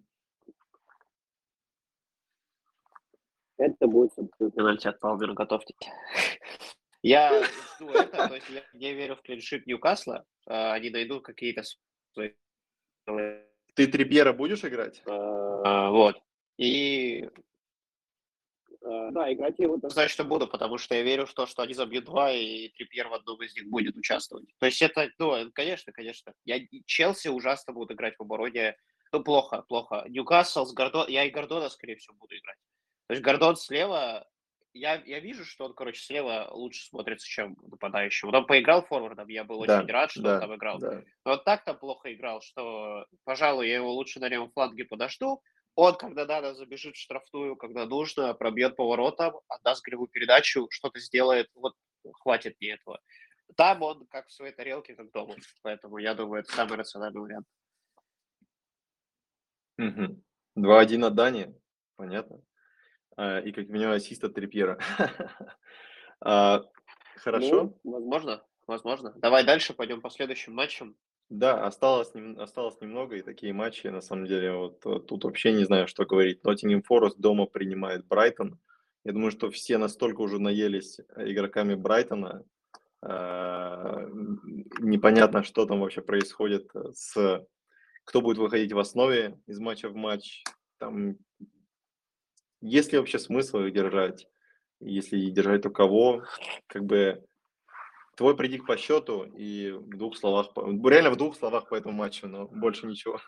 Speaker 2: это будет сопливый пенальти от Палмера, готовьтесь. Я жду это, то есть я не верю в клиншит Ньюкасла, они найдут какие-то свои...
Speaker 1: Ты Трипьера будешь играть?
Speaker 2: Вот. И да, играть я его значит, что буду, потому что я верю в то, что они забьют 2, и Трипьер в одном из них будет участвовать. То есть это, ну, конечно. Челси ужасно будут играть в обороне. Ну, плохо. Ньюкасл с Гордон... Я и Гордона, скорее всего, буду играть. То есть Гордон слева... Я вижу, что он, короче, слева лучше смотрится, чем нападающий. Вот он поиграл форвардом, я был очень
Speaker 1: Да,
Speaker 2: рад, что он
Speaker 1: да,
Speaker 2: там играл.
Speaker 1: да.
Speaker 2: Но он так-то плохо играл, что, пожалуй, я его лучше на левом фланге подожду. Он, когда надо, забежит в штрафную, когда нужно, пробьет поворотом, отдаст голевую передачу, что-то сделает. Вот хватит мне этого. Там он как в своей тарелке, как дома. Поэтому я думаю, это самый рациональный вариант.
Speaker 1: Мгм. 2-1 от Дании. Понятно. И как минимум ассист от Трипьера. А, Хорошо.
Speaker 2: Ну, возможно. Давай дальше, пойдем по следующим матчам.
Speaker 1: Да, осталось немного, и такие матчи, на самом деле, вот тут вообще не знаю, что говорить. Ноттингем Форест дома принимает Брайтон. Я думаю, что все настолько уже наелись игроками Брайтона. Непонятно, что там вообще происходит кто будет выходить в основе из матча в матч. Там есть ли вообще смысл их держать? Если держать, то кого? Как бы твой предик по счету и в двух словах, реально в двух словах по этому матчу, но больше ничего.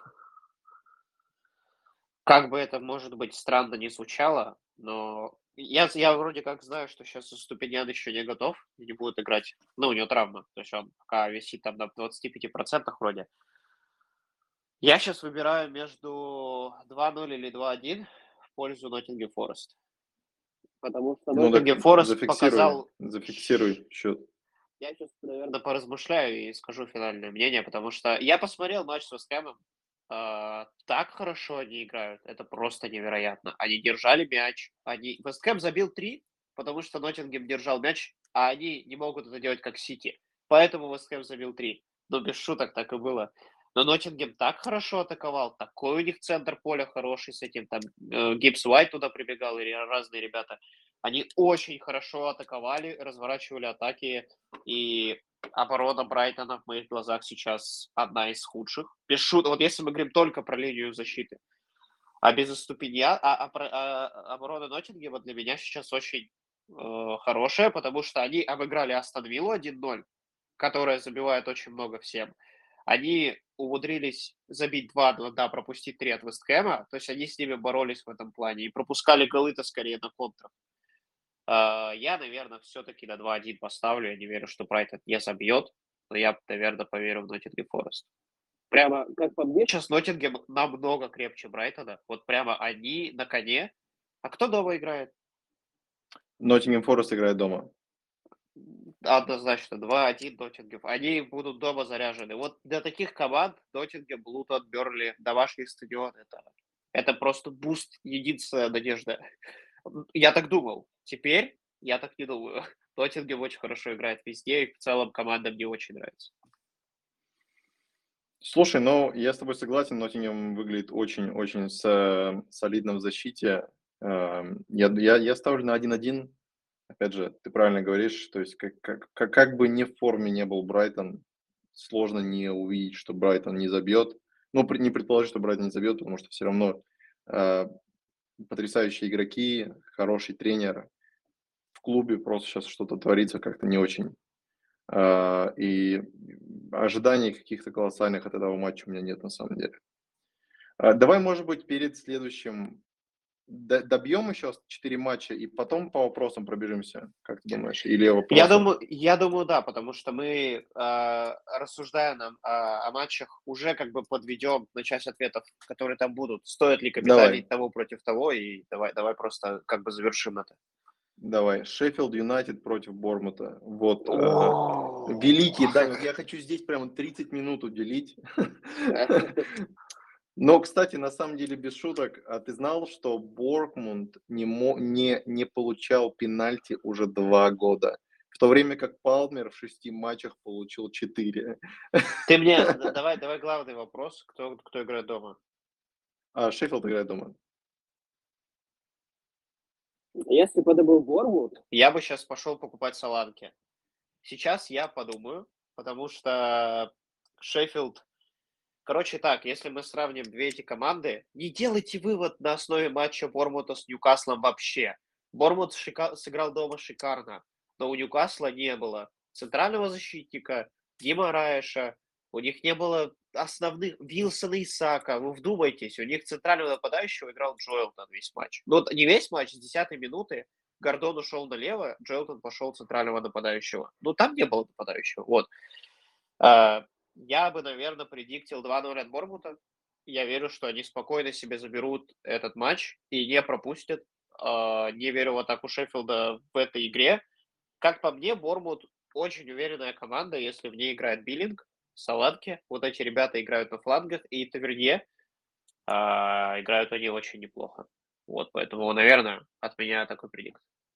Speaker 2: Как бы это, может быть, странно не звучало, но я вроде как знаю, что сейчас Ступинян еще не готов и не будет играть. Ну, у него травма, то есть он пока висит там на 25% вроде. Я сейчас выбираю между 2-0 или 2-1 в пользу Ноттингем Форест. Потому что
Speaker 1: Ну так
Speaker 2: Ноттингем Форест
Speaker 1: зафиксируй,
Speaker 2: показал...
Speaker 1: зафиксируй счет.
Speaker 2: Я сейчас, наверное, поразмышляю и скажу финальное мнение, потому что я посмотрел матч с Вестхэмом. Так хорошо они играют, это просто невероятно. Они держали мяч, Вестхэм забил 3, потому что Ноттингем держал мяч, а они не могут это делать как Сити. Поэтому Вестхэм забил 3. Ну, без шуток так и было. Но Ноттингем так хорошо атаковал, такой у них центр поля хороший с этим, там Гибс Уайт туда прибегал, и разные ребята. Они очень хорошо атаковали, разворачивали атаки, и оборона Брайтона в моих глазах сейчас одна из худших. Без шуток, вот если мы говорим только про линию защиты. А без Ступинья, оборона Ноттингема для меня сейчас очень хорошая, потому что они обыграли Астон Виллу 1-0, которая забивает очень много всем. Они умудрились забить 2, да, пропустить 3 от Вестхэма, то есть они с ними боролись в этом плане и пропускали голы-то скорее на контрах. Я, наверное, все-таки на 2-1 поставлю. Я не верю, что Брайтон не забьет, но я, наверное, поверю в Ноттингем Форест. Прямо, как по мне, сейчас Ноттингем намного крепче Брайтона. Вот прямо они на коне. А кто дома играет?
Speaker 1: Ноттингем Форест играет дома.
Speaker 2: Однозначно, 2-1 Ноттингем. Они будут дома заряжены. Вот для таких команд Ноттингем, Лутон, Бернли, домашний стадион, это просто буст, единственная надежда. Я так думал. Теперь я так не думаю. Ноттингем очень хорошо играет везде, и в целом команда мне очень нравится.
Speaker 1: Слушай, ну, я с тобой согласен, Ноттингем выглядит очень-очень солидно в защите. Я ставлю на 1-1. Опять же, ты правильно говоришь, то есть как бы не в форме не был Брайтон, сложно не увидеть, что Брайтон не забьет. Ну, не предположить, что Брайтон не забьет, потому что все равно э, потрясающие игроки, хороший тренер. В клубе просто сейчас что-то творится как-то не очень. И ожиданий каких-то колоссальных от этого матча у меня нет на самом деле. Давай, может быть, перед следующим добьем еще 4 матча и потом по вопросам пробежимся, как ты думаешь? Или вопросам?
Speaker 2: Я думаю, да, потому что мы, рассуждая о матчах, уже как бы подведем на часть ответов, которые там будут. Стоит ли
Speaker 1: Давай,
Speaker 2: капитанить того против того, и давай просто как бы завершим это.
Speaker 1: давай. Шеффилд Юнайтед против Бормута. Вот.
Speaker 2: О,
Speaker 1: Великий, Дань, вот я хочу здесь прямо 30 минут уделить. Но, кстати, на самом деле, без шуток, а ты знал, что Бормунд не получал пенальти уже 2 года? В то время как Палмер в 6 матчах получил 4.
Speaker 2: Ты мне давай главный вопрос, кто играет дома.
Speaker 1: Шеффилд играет дома.
Speaker 3: Если бы это был Борнмут,
Speaker 2: Я бы сейчас пошел покупать Соланки. Сейчас я подумаю, потому что Шеффилд. Короче так, если мы сравним две эти команды, не делайте вывод на основе матча Бормута с Ньюкаслом вообще. Бормут сыграл дома шикарно, но у Ньюкасла не было центрального защитника, Гимараеша, у них не было основных Вилсона и Сака. Вы вдумайтесь, у них центрального нападающего играл Джоэлтон весь матч. Ну, не весь матч, с 10-й минуты Гордон ушел налево, Джоэлтон пошел центрального нападающего. Ну, там не было нападающего, вот. Я бы, наверное, предиктил 2-0 от Бормута. Я верю, что они спокойно себе заберут этот матч и не пропустят. Не верю в атаку Шеффилда в этой игре. Как по мне, Бормут очень уверенная команда, если в ней играет Биллинг, Салатки. Вот эти ребята играют на флангах, и Тавернье играют они очень неплохо. Вот, поэтому, наверное, от меня такой предикт.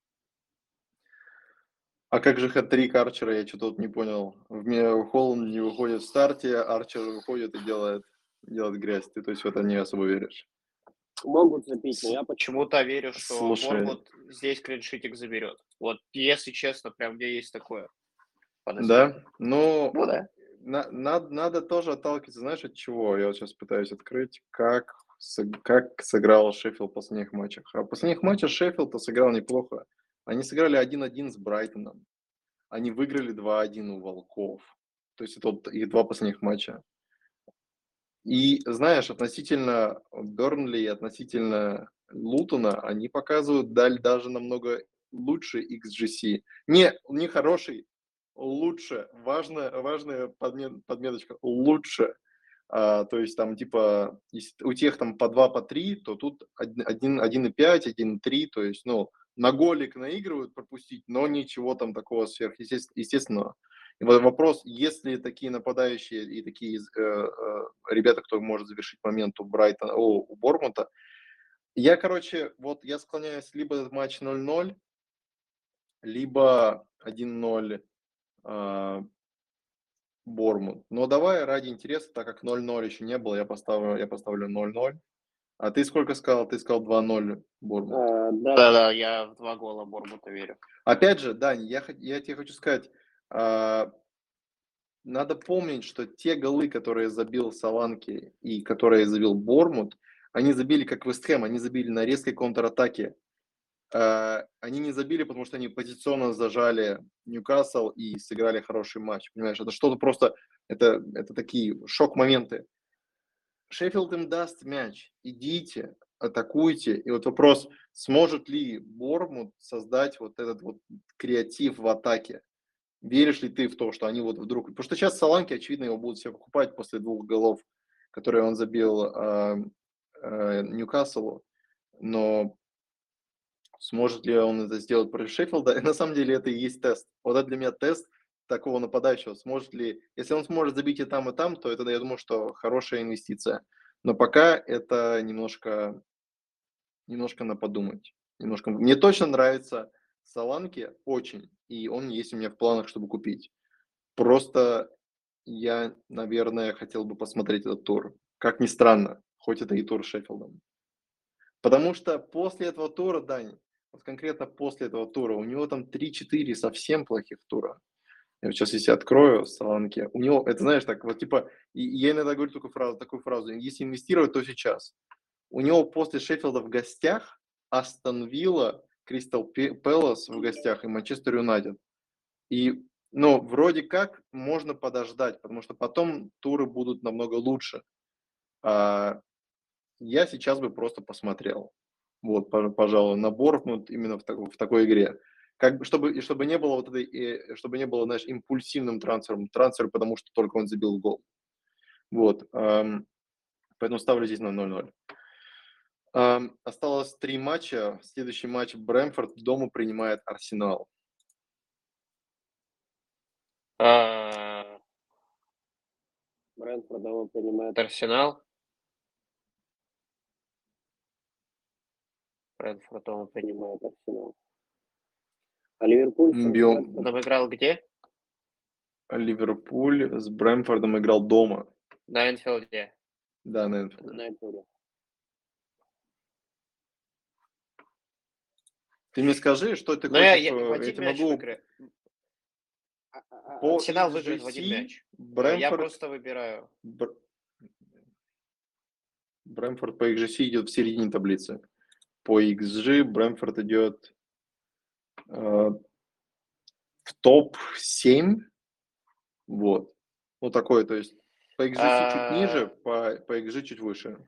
Speaker 1: А как же хэт-трик Арчера? Я что-то вот не понял. Холланд не выходит в старте, Арчер выходит и делает грязь. Ты то есть в это не особо веришь?
Speaker 3: могут забить, но я
Speaker 2: Почему-то верю, что
Speaker 1: Слушай,
Speaker 2: Бормут здесь клиншитик заберет. Вот, если честно, прям у меня есть такое подозрение.
Speaker 1: да? Ну,
Speaker 2: Ну да.
Speaker 1: надо тоже отталкиваться, знаешь, от чего? Я вот сейчас пытаюсь открыть, как сыграл Шеффилд в последних матчах. А в последних матчах Шеффилд сыграл неплохо. Они сыграли 1-1 с Брайтоном. Они выиграли 2-1 у Волков. То есть это вот их 2 последних матча. И знаешь, относительно Бернли и относительно Лутона, они показывают даже намного лучше XGC. Не хороший, лучше. Важная подметочка. Лучше. То есть там типа, если у тех там по 2, по 3, то тут 1,5, 1,3. То есть, ну, на голик наигрывают пропустить, но ничего там такого сверхъестественного. И вот вопрос, есть ли такие нападающие и такие ребята, кто может завершить момент у Бормута. Короче, вот я склоняюсь либо этот матч 0-0, либо 1-0 Бормут. Но давай ради интереса, так как 0-0 еще не было, я поставлю 0-0. А ты сколько сказал? Ты сказал 2-0 Бормут.
Speaker 3: да,
Speaker 2: Да-да, я в 2 гола Бормута верю.
Speaker 1: Опять же, Дань, я тебе хочу сказать, надо помнить, что те голы, которые забил Соланки и которые забил Бормут, они забили как Вест Хэм, они забили на резкой контратаке. Они не забили, потому что они позиционно зажали Ньюкасл и сыграли хороший матч. Понимаешь, это что-то просто, это такие шок-моменты. Шеффилд им даст мяч, идите, атакуйте. И вот вопрос, сможет ли Бормут создать вот этот вот креатив в атаке? Веришь ли ты в то, что они вот вдруг... Потому что сейчас Соланки, очевидно, его будут все покупать после 2 голов, которые он забил Ньюкаслу. Но сможет ли он это сделать против Шеффилда? И на самом деле это и есть тест. Вот это для меня тест такого нападающего. Сможет ли... Если он сможет забить и там, то это, я думаю, что хорошая инвестиция. Но пока это немножко на подумать. Мне точно нравится Соланки, очень. И он есть у меня в планах, чтобы купить. Просто я, наверное, хотел бы посмотреть этот тур. Как ни странно, хоть это и тур с Шеффилдом. Потому что после этого тура, Дани, вот конкретно после этого тура, у него там 3-4 совсем плохих тура. Я вот сейчас, если открою Соланке, у него, это знаешь, так вот типа, я иногда говорю такую фразу, если инвестировать, то сейчас. У него после Шеффилда в гостях Астон Вилла, Кристал Пэлас в гостях и Манчестер Юнайтед. И, ну, вроде как можно подождать, потому что потом туры будут намного лучше. А я сейчас бы просто посмотрел. Вот, пожалуй, набор вот именно в такой игре. Как бы, чтобы не было вот чтобы не было, знаешь, импульсивным трансфером, потому что только он забил гол. Вот, поэтому ставлю здесь на 0-0. Осталось 3 матча. Следующий матч Брэмфорд дома принимает Арсенал.
Speaker 2: А,
Speaker 3: Брэнфорд дома принимает.
Speaker 2: Арсенал. Брэнфорд дома принимает.
Speaker 3: Принимает Арсенал. А Ливерпуль с
Speaker 1: Бьем.
Speaker 3: Брэнфордом?
Speaker 2: Нам играл где?
Speaker 1: Ливерпуль с Брэмфордом играл дома.
Speaker 2: На Энфилде.
Speaker 1: Да, на Энфилде.
Speaker 3: На Энфилде.
Speaker 1: Ты мне скажи, что ты
Speaker 2: Ну, я
Speaker 1: хочешь.
Speaker 2: в
Speaker 1: Я
Speaker 2: один
Speaker 1: тебе
Speaker 2: мяч
Speaker 1: могу
Speaker 2: выиграю.
Speaker 1: по
Speaker 2: Арсенал выиграет в один
Speaker 1: XGC
Speaker 2: мяч. Я
Speaker 1: Брэмфорд,
Speaker 2: просто выбираю.
Speaker 1: Брэмфорд по XGC идет в середине таблицы. По XG Брэмфорд идет в топ-7. Вот. Ну, такое, то есть по XGC чуть ниже, по XG чуть выше.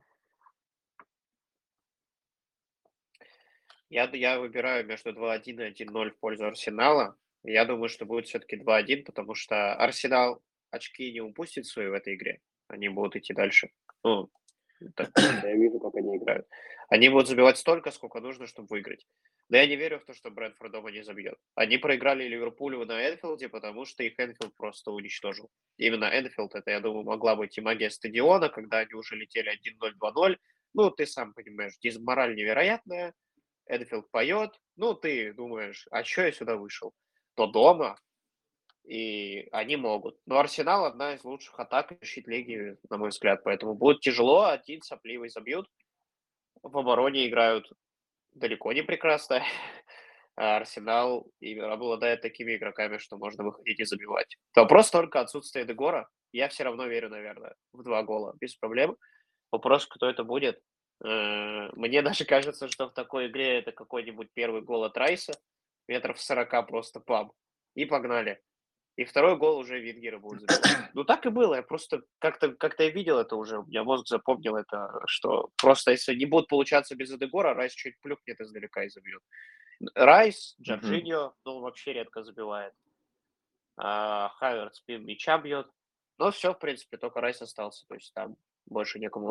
Speaker 2: Я выбираю между 2-1 и 1-0 в пользу Арсенала. Я думаю, что будет все-таки 2-1, потому что Арсенал очки не упустит свои в этой игре. Они будут идти дальше. Ну, так,
Speaker 3: Я вижу, как они играют.
Speaker 2: они будут забивать столько, сколько нужно, чтобы выиграть. Но я не верю в то, что Брэнфорд дома не забьет. Они проиграли Ливерпулю на Энфилде, потому что их Энфилд просто уничтожил. Именно Энфилд, это, я думаю, могла быть и магия стадиона, когда они уже летели 1-0, 2-0. Ну, ты сам понимаешь, дизмораль невероятная. Энфилд поет, ну, ты думаешь, а что я сюда вышел? То дома, и они могут. Но Арсенал одна из лучших атак и щит лиги, на мой взгляд, поэтому будет тяжело, один сопливый забьют. В обороне играют далеко не прекрасно. А Арсенал обладает такими игроками, что можно выходить и забивать. Вопрос только отсутствие Дегора. Я все равно верю, наверное, в 2 гола без проблем. Вопрос, кто это будет. Мне даже кажется, что в такой игре это какой-нибудь первый гол от Райса, метров 40 просто пам. И погнали. И второй гол уже Вингера будет забивать. Ну так и было. Я просто как-то я видел это уже. У меня мозг запомнил это, что просто если не будут получаться без Эдегора, Райс чуть плюхнет издалека и забьет. Райс, Джорджиньо, ну он вообще редко забивает. Хаверц мяча бьет. Но все, в принципе, только Райс остался. То есть там больше некому.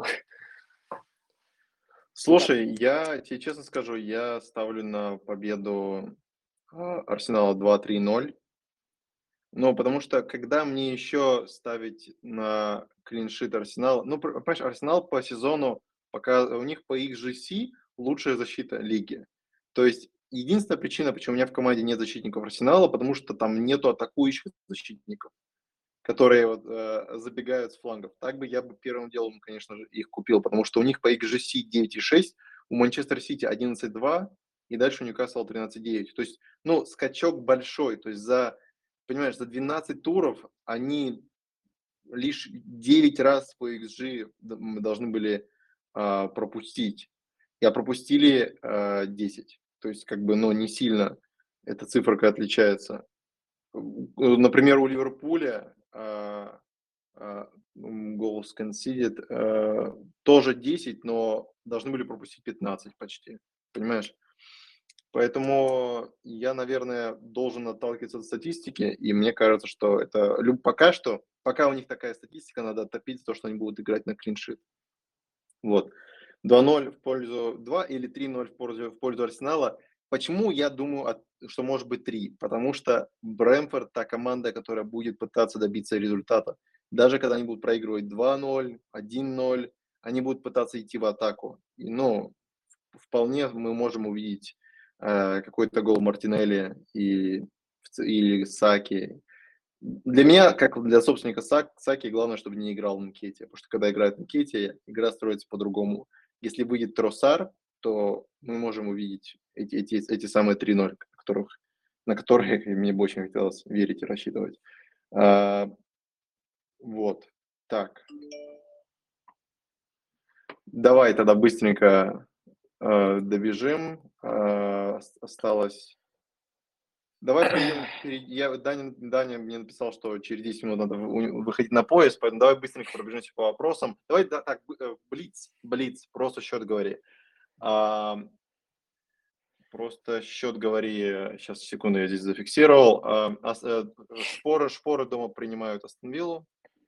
Speaker 1: Слушай, я тебе честно скажу, я ставлю на победу Арсенала 2-3-0. Ну, потому что когда мне еще ставить на клиншит Арсенал, ну, понимаешь, Арсенал по сезону, пока у них по XGC лучшая защита лиги. То есть единственная причина, почему у меня в команде нет защитников Арсенала, потому что там нету атакующих защитников, которые вот, забегают с флангов. Так бы я бы первым делом, конечно же, их купил, потому что у них по XGC 9,6, у Манчестер Сити 11,2 и дальше у Ньюкасл 13,9. То есть, ну, скачок большой. То есть понимаешь, за 12 туров они лишь 9 раз по XG мы должны были пропустить. А пропустили 10. То есть, как бы, ну, не сильно эта циферка отличается. Например, у Ливерпуля goals conceded тоже 10, но должны были пропустить 15 почти. Понимаешь? Поэтому я, наверное, должен отталкиваться от статистики, и мне кажется, что это пока у них такая статистика, надо топить то, что они будут играть на клиншит. Вот. 2-0 в пользу 2 или 3-0 в пользу Арсенала. Почему я думаю, что может быть 3? Потому что Брэмфорд та команда, которая будет пытаться добиться результата. Даже когда они будут проигрывать 2-0, 1-0, они будут пытаться идти в атаку. И, ну, вполне мы можем увидеть какой-то гол Мартинелли или Саки. Для меня, как для собственника Саки, главное, чтобы не играл Нкетти, потому что когда играет Нкетти, игра строится по-другому. Если выйдет Тросар, то мы можем увидеть эти самые 3-0, на которые мне бы очень хотелось верить и рассчитывать. А, Вот. Так. Давай тогда быстренько добежим. Осталось. Давай Даня мне написал, что через 10 минут надо выходить на поезд, поэтому давай быстренько пробежимся по вопросам. Давай так, блиц, просто счет говори. А, Просто счет говори. Сейчас, секунду, я здесь зафиксировал. Шпоры дома принимают Астон Виллу.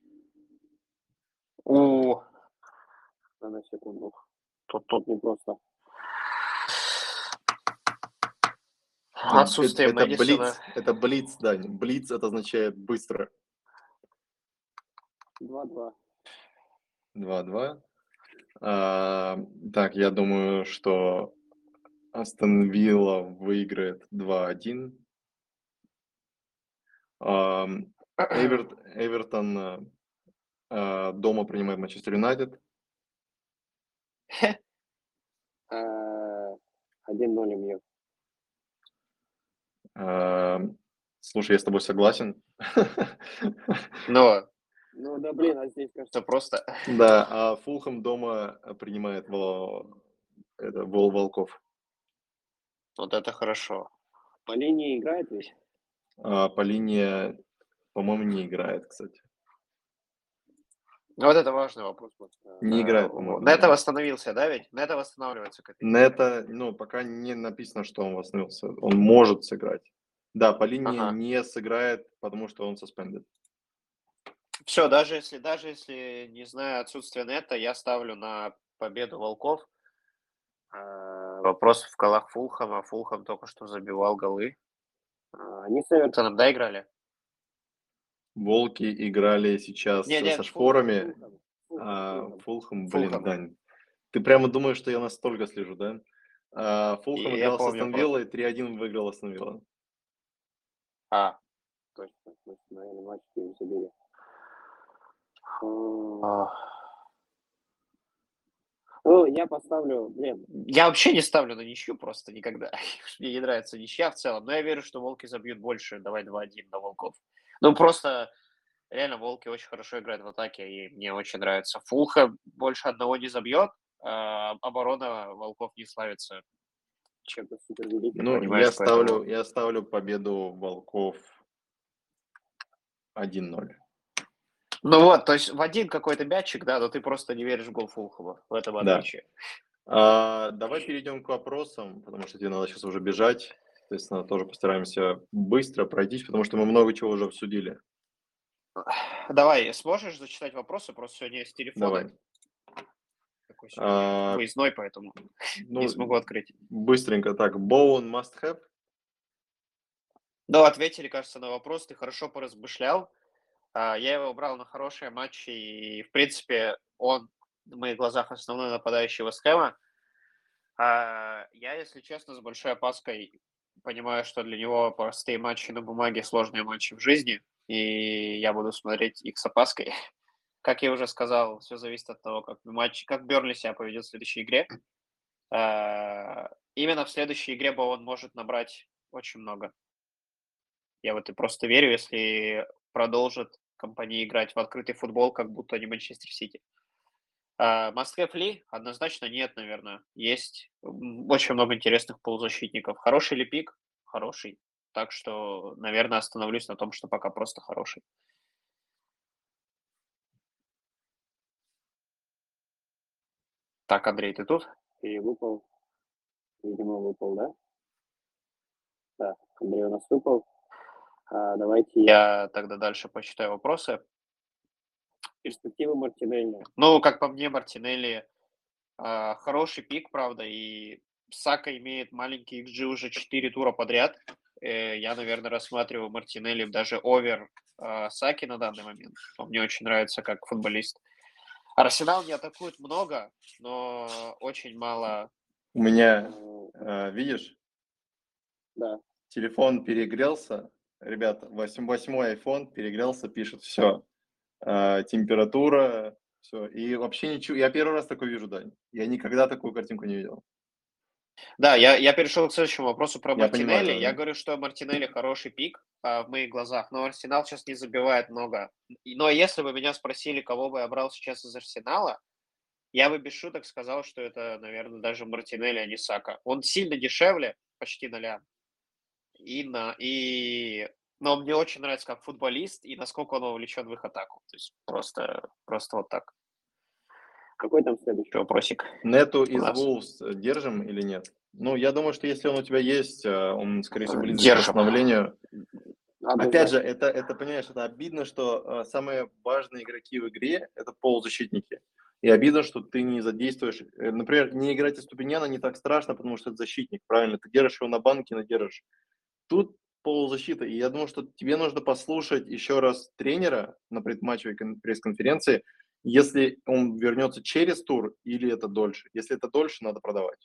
Speaker 3: На секунду. Тут не просто.
Speaker 2: Отсутствие
Speaker 1: Это
Speaker 2: Мэдисона.
Speaker 1: это блиц, Дань. Блиц это означает быстро.
Speaker 3: 2-2.
Speaker 1: 2-2. Так, я думаю, что Астон Вилла выиграет 2-1. Эвертон дома принимает Манчестер Юнайтед.
Speaker 3: 1-0 МЮ.
Speaker 1: Слушай, я с тобой согласен.
Speaker 2: Но
Speaker 3: Ну да, блин, а здесь, кажется,
Speaker 2: это просто...
Speaker 1: Да, а Фулхэм дома принимает Волков.
Speaker 2: Вот это хорошо.
Speaker 3: по линии играет ведь?
Speaker 1: По линии, по-моему, не играет, кстати.
Speaker 2: Ну, вот это важный вопрос.
Speaker 1: Не играет, по-моему.
Speaker 2: Нета
Speaker 1: да.
Speaker 2: восстановился, да, ведь? Нета восстанавливается к этой игре.
Speaker 1: Нета, пока не написано, что он восстановился. Он может сыграть. Да, по линии
Speaker 2: Ага.
Speaker 1: не сыграет, потому что он suspended.
Speaker 2: Все, даже если, не знаю, отсутствие Нета, я ставлю на победу Волков. Вопрос в голах Фулхэма. Фулхэм только что забивал голы.
Speaker 3: Они с Эвертоном.
Speaker 2: Эвертоном, да, играли?
Speaker 1: Волки играли сейчас
Speaker 2: Не,
Speaker 1: со шпорами.
Speaker 3: Фулхэм.
Speaker 1: Фулхэм,
Speaker 2: Фулхэм.
Speaker 1: Дань. Ты прямо думаешь, что я настолько слежу, да? Фулхэм
Speaker 2: Я
Speaker 1: играл с
Speaker 2: помню
Speaker 1: Астон Виллой, 3-1 выиграл Астон Вилла.
Speaker 3: Точно, наверное, матч забили. Ну, я поставлю, блин,
Speaker 2: Я вообще не ставлю на ничью просто никогда. Мне не нравится ничья в целом, но я верю, что Волки забьют больше. Давай 2-1 на Волков. Ну, просто реально Волки очень хорошо играют в атаке, и мне очень нравится. Фулхэм больше одного не забьет, оборона Волков не славится.
Speaker 3: чем-то супер великий.
Speaker 1: Ну,
Speaker 2: Понимаешь, поэтому...
Speaker 1: я ставлю победу Волков 1-0.
Speaker 2: Ну вот, то есть в один какой-то мячик, да, но ты просто не веришь в гол Фулхэма. В этом
Speaker 1: Да.
Speaker 2: отличие.
Speaker 1: Давай перейдем к вопросам, потому что тебе надо сейчас уже бежать. Соответственно, тоже постараемся быстро пройтись, потому что мы много чего уже обсудили.
Speaker 2: Давай, сможешь зачитать вопросы? Просто сегодня с телефона.
Speaker 1: Давай.
Speaker 2: Такой сегодня выездной, поэтому
Speaker 1: Ну,
Speaker 2: не смогу открыть.
Speaker 1: быстренько так. Боун must have.
Speaker 2: Ну, ответили, кажется, на вопрос. Ты хорошо поразмышлял. Я его брал на хорошие матчи, и, в принципе, он в моих глазах основной нападающий Вест Хэма. Я, если честно, с большой опаской понимаю, что для него простые матчи на бумаге сложные матчи в жизни, и я буду смотреть их с опаской. Как я уже сказал, все зависит от того, как Бернли себя поведет в следующей игре. Именно в следующей игре он может набрать очень много. Я в это просто верю, если продолжит компания играть в открытый футбол, как будто они Манчестер Сити. Must have ли? Однозначно нет, наверное. Есть очень много интересных полузащитников. Хороший ли пик? Хороший. Так что, наверное, остановлюсь на том, что пока просто хороший. Так, Андрей, ты тут?
Speaker 3: Выпал. Видимо, выпал, да? Да, Андрей у нас выпал. Давайте
Speaker 2: Я тогда дальше почитаю вопросы.
Speaker 3: перспективы Мартинелли.
Speaker 2: Ну, как по мне, Мартинелли хороший пик, правда, и Сака имеет маленький XG уже 4 тура подряд. Я, наверное, рассматриваю Мартинелли даже овер Саки на данный момент. Он мне очень нравится как футболист. Арсенал не атакует много, но очень мало.
Speaker 1: У меня, видишь,
Speaker 3: Да.
Speaker 1: телефон перегрелся. Ребята, 8-й iPhone перегрелся, пишет все. Температура, все. И вообще ничего. Я первый раз такое вижу, Дань. Я никогда такую картинку не видел.
Speaker 2: Да, я перешел к следующему вопросу про
Speaker 1: Я понимаю,
Speaker 2: Мартинелли. Я
Speaker 1: да.
Speaker 2: говорю, что Мартинелли хороший пик. В моих
Speaker 1: Я понимаю,
Speaker 2: глазах Мартинелли хороший пик в моих глазах, но Арсенал сейчас не забивает много. Но если бы меня спросили, кого бы я брал сейчас из Арсенала, я бы без шуток сказал, что это, наверное, даже Мартинелли, а не Сака. Он сильно дешевле, почти 0. Но мне очень нравится как футболист и насколько он вовлечен в их атаку. То есть просто вот так.
Speaker 3: Какой там следующий?
Speaker 2: Еще вопросик
Speaker 1: Нету
Speaker 2: у
Speaker 1: из
Speaker 2: нас.
Speaker 1: Wolves держим или нет? Ну, я думаю, что если он у тебя есть, он, скорее всего, близок к
Speaker 2: Держим.
Speaker 1: восстановлению. Опять же,
Speaker 3: Однозначно.
Speaker 1: это понимаешь, это обидно, что самые важные игроки в игре – это полузащитники. И обидно, что ты не задействуешь. Например, не играть из Ступиняна не так страшно, потому что это защитник, правильно? Ты держишь его на банке, надержишь. Тут полузащита. И я думаю, что тебе нужно послушать еще раз тренера на предматчевой пресс-конференции, если он вернется через тур или это дольше. Если это дольше, надо продавать.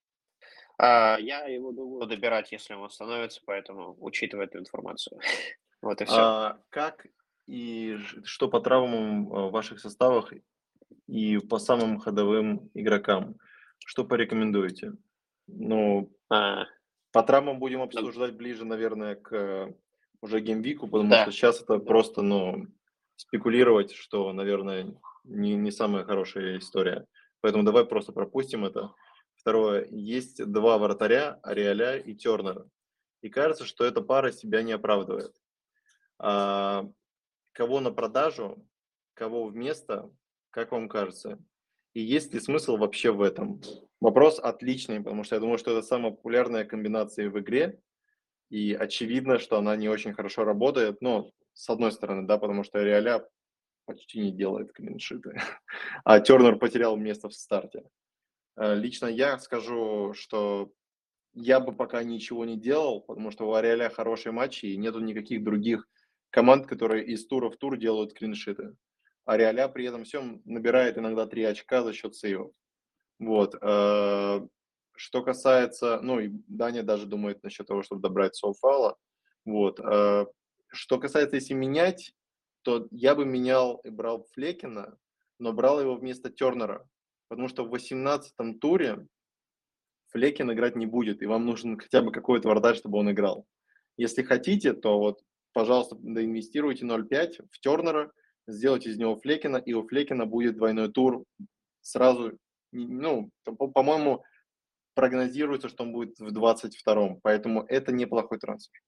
Speaker 3: Я его
Speaker 2: Буду
Speaker 3: думаю.
Speaker 2: добирать, если он становится, поэтому учитывая эту информацию. Вот и все.
Speaker 1: Как и что по травмам в ваших составах и по самым ходовым игрокам? Что порекомендуете? Ну,
Speaker 2: А,
Speaker 1: по травмам будем
Speaker 2: ну,
Speaker 1: обсуждать ближе, наверное, к уже геймвику, потому что
Speaker 2: да.
Speaker 1: сейчас это
Speaker 2: Да.
Speaker 1: просто, спекулировать, что, наверное, не самая хорошая история. Поэтому давай просто пропустим это. Второе. Есть два вратаря, Ариоля и Тернера. И кажется, что эта пара себя не оправдывает. А, Кого на продажу, кого вместо, как вам кажется? И есть ли смысл вообще в этом? Вопрос отличный, потому что я думаю, что это самая популярная комбинация в игре, и очевидно, что она не очень хорошо работает. Но с одной стороны, да, потому что Реаля почти не делает клиншиты, а Тернер потерял место в старте. Лично я скажу, что я бы пока ничего не делал, потому что у Реаля хорошие матчи, и нету никаких других команд, которые из тура в тур делают клиншиты. А Реаля при этом всем набирает иногда 3 очка за счет сейвов. Вот. Что касается, ну и Даня даже думает насчет того, чтобы добрать Соуфала. Вот. Что касается, если менять, то я бы менял и брал Флекина, но брал его вместо Тернера, потому что в 18-м туре Флекин играть не будет, и вам нужен хотя бы какой-то вратарь, чтобы он играл. Если хотите, то вот, пожалуйста, доинвестируйте 0,5 в Тернера, сделайте из него Флекина, и у Флекина будет двойной тур сразу. Ну, по-моему, прогнозируется, что он будет в 22-м, поэтому это неплохой трансфер.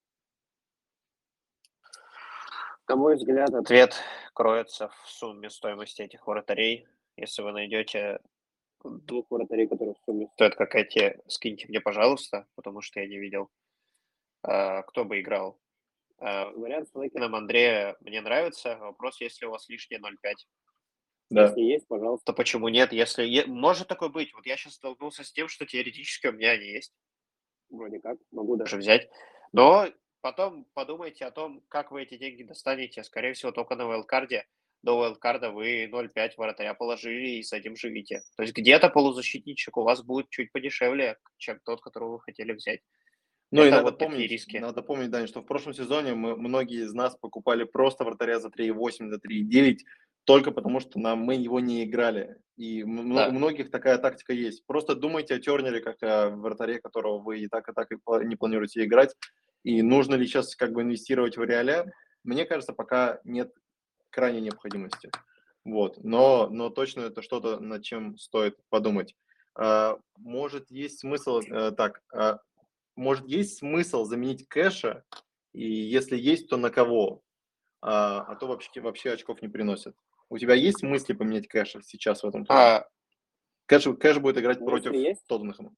Speaker 3: На мой взгляд, это
Speaker 2: Ответ кроется в сумме стоимости этих вратарей. Если вы найдете,
Speaker 3: двух вратарей, которые в сумме.
Speaker 2: кто это, как эти, скиньте мне, пожалуйста, потому что я не видел, кто бы играл.
Speaker 3: Вариант с Флекином,
Speaker 2: Нам Андрея мне нравится. Вопрос, если у вас лишнее 0,5.
Speaker 1: Да.
Speaker 3: если есть, пожалуйста.
Speaker 2: То почему нет? Может такое быть. Вот я сейчас столкнулся с тем, что теоретически у меня они есть.
Speaker 3: Вроде как. Могу даже.
Speaker 2: Даже взять. Но потом подумайте о том, как вы эти деньги достанете. Скорее всего, только на вайлдкарде. До вайлдкарда вы 0,5 вратаря положили и с этим живите. То есть где-то полузащитничек у вас будет чуть подешевле, чем тот, которого вы хотели взять.
Speaker 1: Ну и
Speaker 2: Это вот такие риски.
Speaker 1: надо помнить, Даня, что в прошлом сезоне многие из нас покупали просто вратаря за 3,8, за 3,9, только потому что мы его не играли. И у
Speaker 2: Да.
Speaker 1: многих такая тактика есть. Просто думайте о Тернере, как о вратаре, которого вы и так не планируете играть. И нужно ли сейчас как бы инвестировать в Реаля? Мне кажется, пока нет крайней необходимости. Вот. Но точно это что-то, над чем стоит подумать. Может, есть смысл может, есть смысл заменить Кэша? И если есть, то на кого? А то вообще очков не приносит. У тебя есть мысли поменять Кэша сейчас в этом туре? Кэш будет играть против
Speaker 3: Мысли есть?
Speaker 1: Тоттенхэма.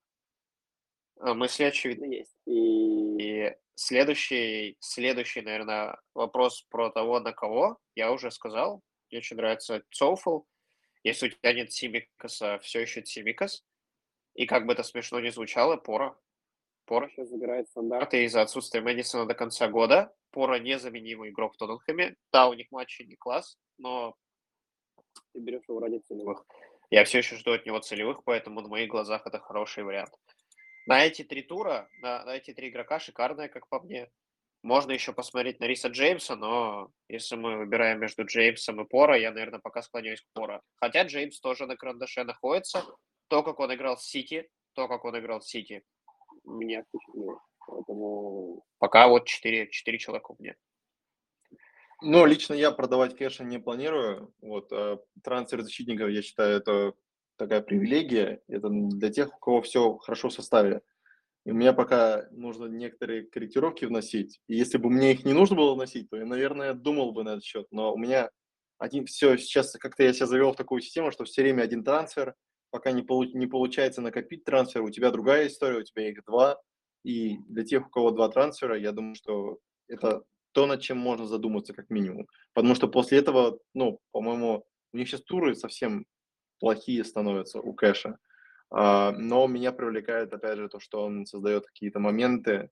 Speaker 2: Мысли очевидны.
Speaker 3: Есть. И
Speaker 2: И следующий, наверное, вопрос про того, на кого, я уже сказал. Мне очень нравится Цоуфл. Если у тебя нет Симикаса, все еще Симикас. И как бы это смешно ни звучало, Пора
Speaker 3: сейчас забирает стандарт.
Speaker 2: из-за отсутствия Мэдисона до конца года. Пора незаменимый игрок в Тоттенхэме. Да, у них матчи не класс, но
Speaker 3: Ты берешь его ради целевых.
Speaker 2: я все еще жду от него целевых, поэтому в моих глазах это хороший вариант. На эти 3 тура, на эти 3 игрока шикарные, как по мне. Можно еще посмотреть на Риса Джеймса, но если мы выбираем между Джеймсом и Пора, я, наверное, пока склоняюсь к Пора. Хотя Джеймс тоже на карандаше находится. То, как он играл с Сити, то, как он играл в Сити.
Speaker 3: Меня впечатлило. Поэтому
Speaker 2: Пока вот 4 человека у меня.
Speaker 1: Но лично я продавать кэша не планирую. Вот, трансфер защитников, я считаю, это такая привилегия. Это для тех, у кого все хорошо в составе. И у меня пока нужно некоторые корректировки вносить. И если бы мне их не нужно было вносить, то я, наверное, думал бы на этот счет. Но у меня все сейчас как-то я себя завел в такую систему, что все время один трансфер, пока не получается накопить трансфер, у тебя другая история, у тебя их два. И для тех, у кого два трансфера, я думаю, что это то, над чем можно задуматься как минимум. Потому что после этого, ну, по-моему, у них сейчас туры совсем плохие становятся у Кэша. Но меня привлекает, опять же, то, что он создает какие-то моменты.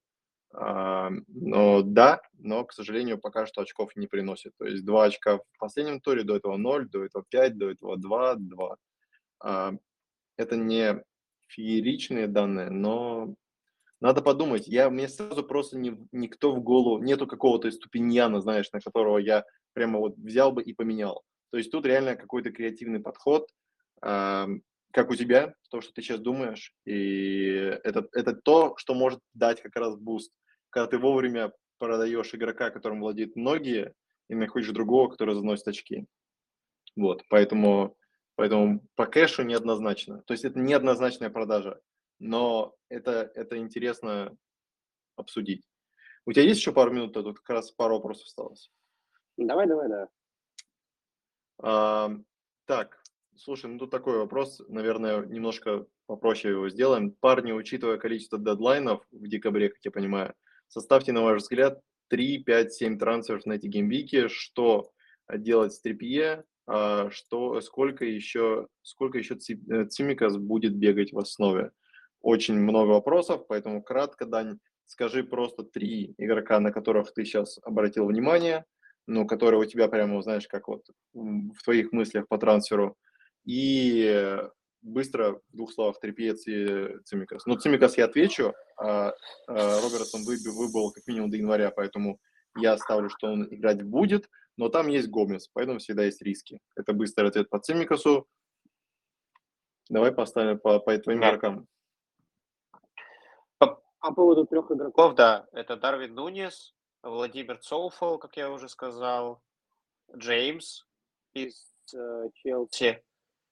Speaker 1: Но, к сожалению, пока что очков не приносит. То есть 2 очка в последнем туре, до этого 0, до этого 5, до этого 2, 2. Это не фееричные данные, но надо подумать. Мне сразу просто никто в голову, нету какого-то ступеньяна, знаешь, на которого я прямо вот взял бы и поменял. То есть тут реально какой-то креативный подход, как у тебя, то, что ты сейчас думаешь, и это то, что может дать как раз буст. Когда ты вовремя продаешь игрока, которым владеют многие, и находишь другого, который заносит очки. Вот, поэтому по кэшу неоднозначно. То есть это неоднозначная продажа, но это интересно обсудить. У тебя есть еще пару минут? Тут как раз пару вопросов осталось.
Speaker 3: давай, да.
Speaker 1: Так, слушай, ну тут такой вопрос, наверное, немножко попроще его сделаем. Парни, учитывая количество дедлайнов в декабре, как я понимаю, составьте, на ваш взгляд, 3, 5, 7 трансферов на эти геймвики. Что делать с Трипье? Сколько еще Цимикас будет бегать в основе? Очень много вопросов, поэтому кратко, Дань, скажи просто 3 игрока, на которых ты сейчас обратил внимание, ну, которые у тебя прямо, знаешь, как вот в твоих мыслях по трансферу. И быстро в 2 словах Трипье, Цимикас. Ну, Цимикас я отвечу, Робертсон выбыл как минимум до января, поэтому я ставлю, что он играть будет, но там есть Гомес, поэтому всегда есть риски. Это быстрый ответ по Цимикасу. Давай поставим по твоим
Speaker 2: Да.
Speaker 1: игрокам.
Speaker 3: По поводу 3 игроков,
Speaker 2: Да, это Дарвин Нунес, Владимир Цоуфл, как я уже сказал, Джеймс из
Speaker 3: Челси.
Speaker 2: Челси.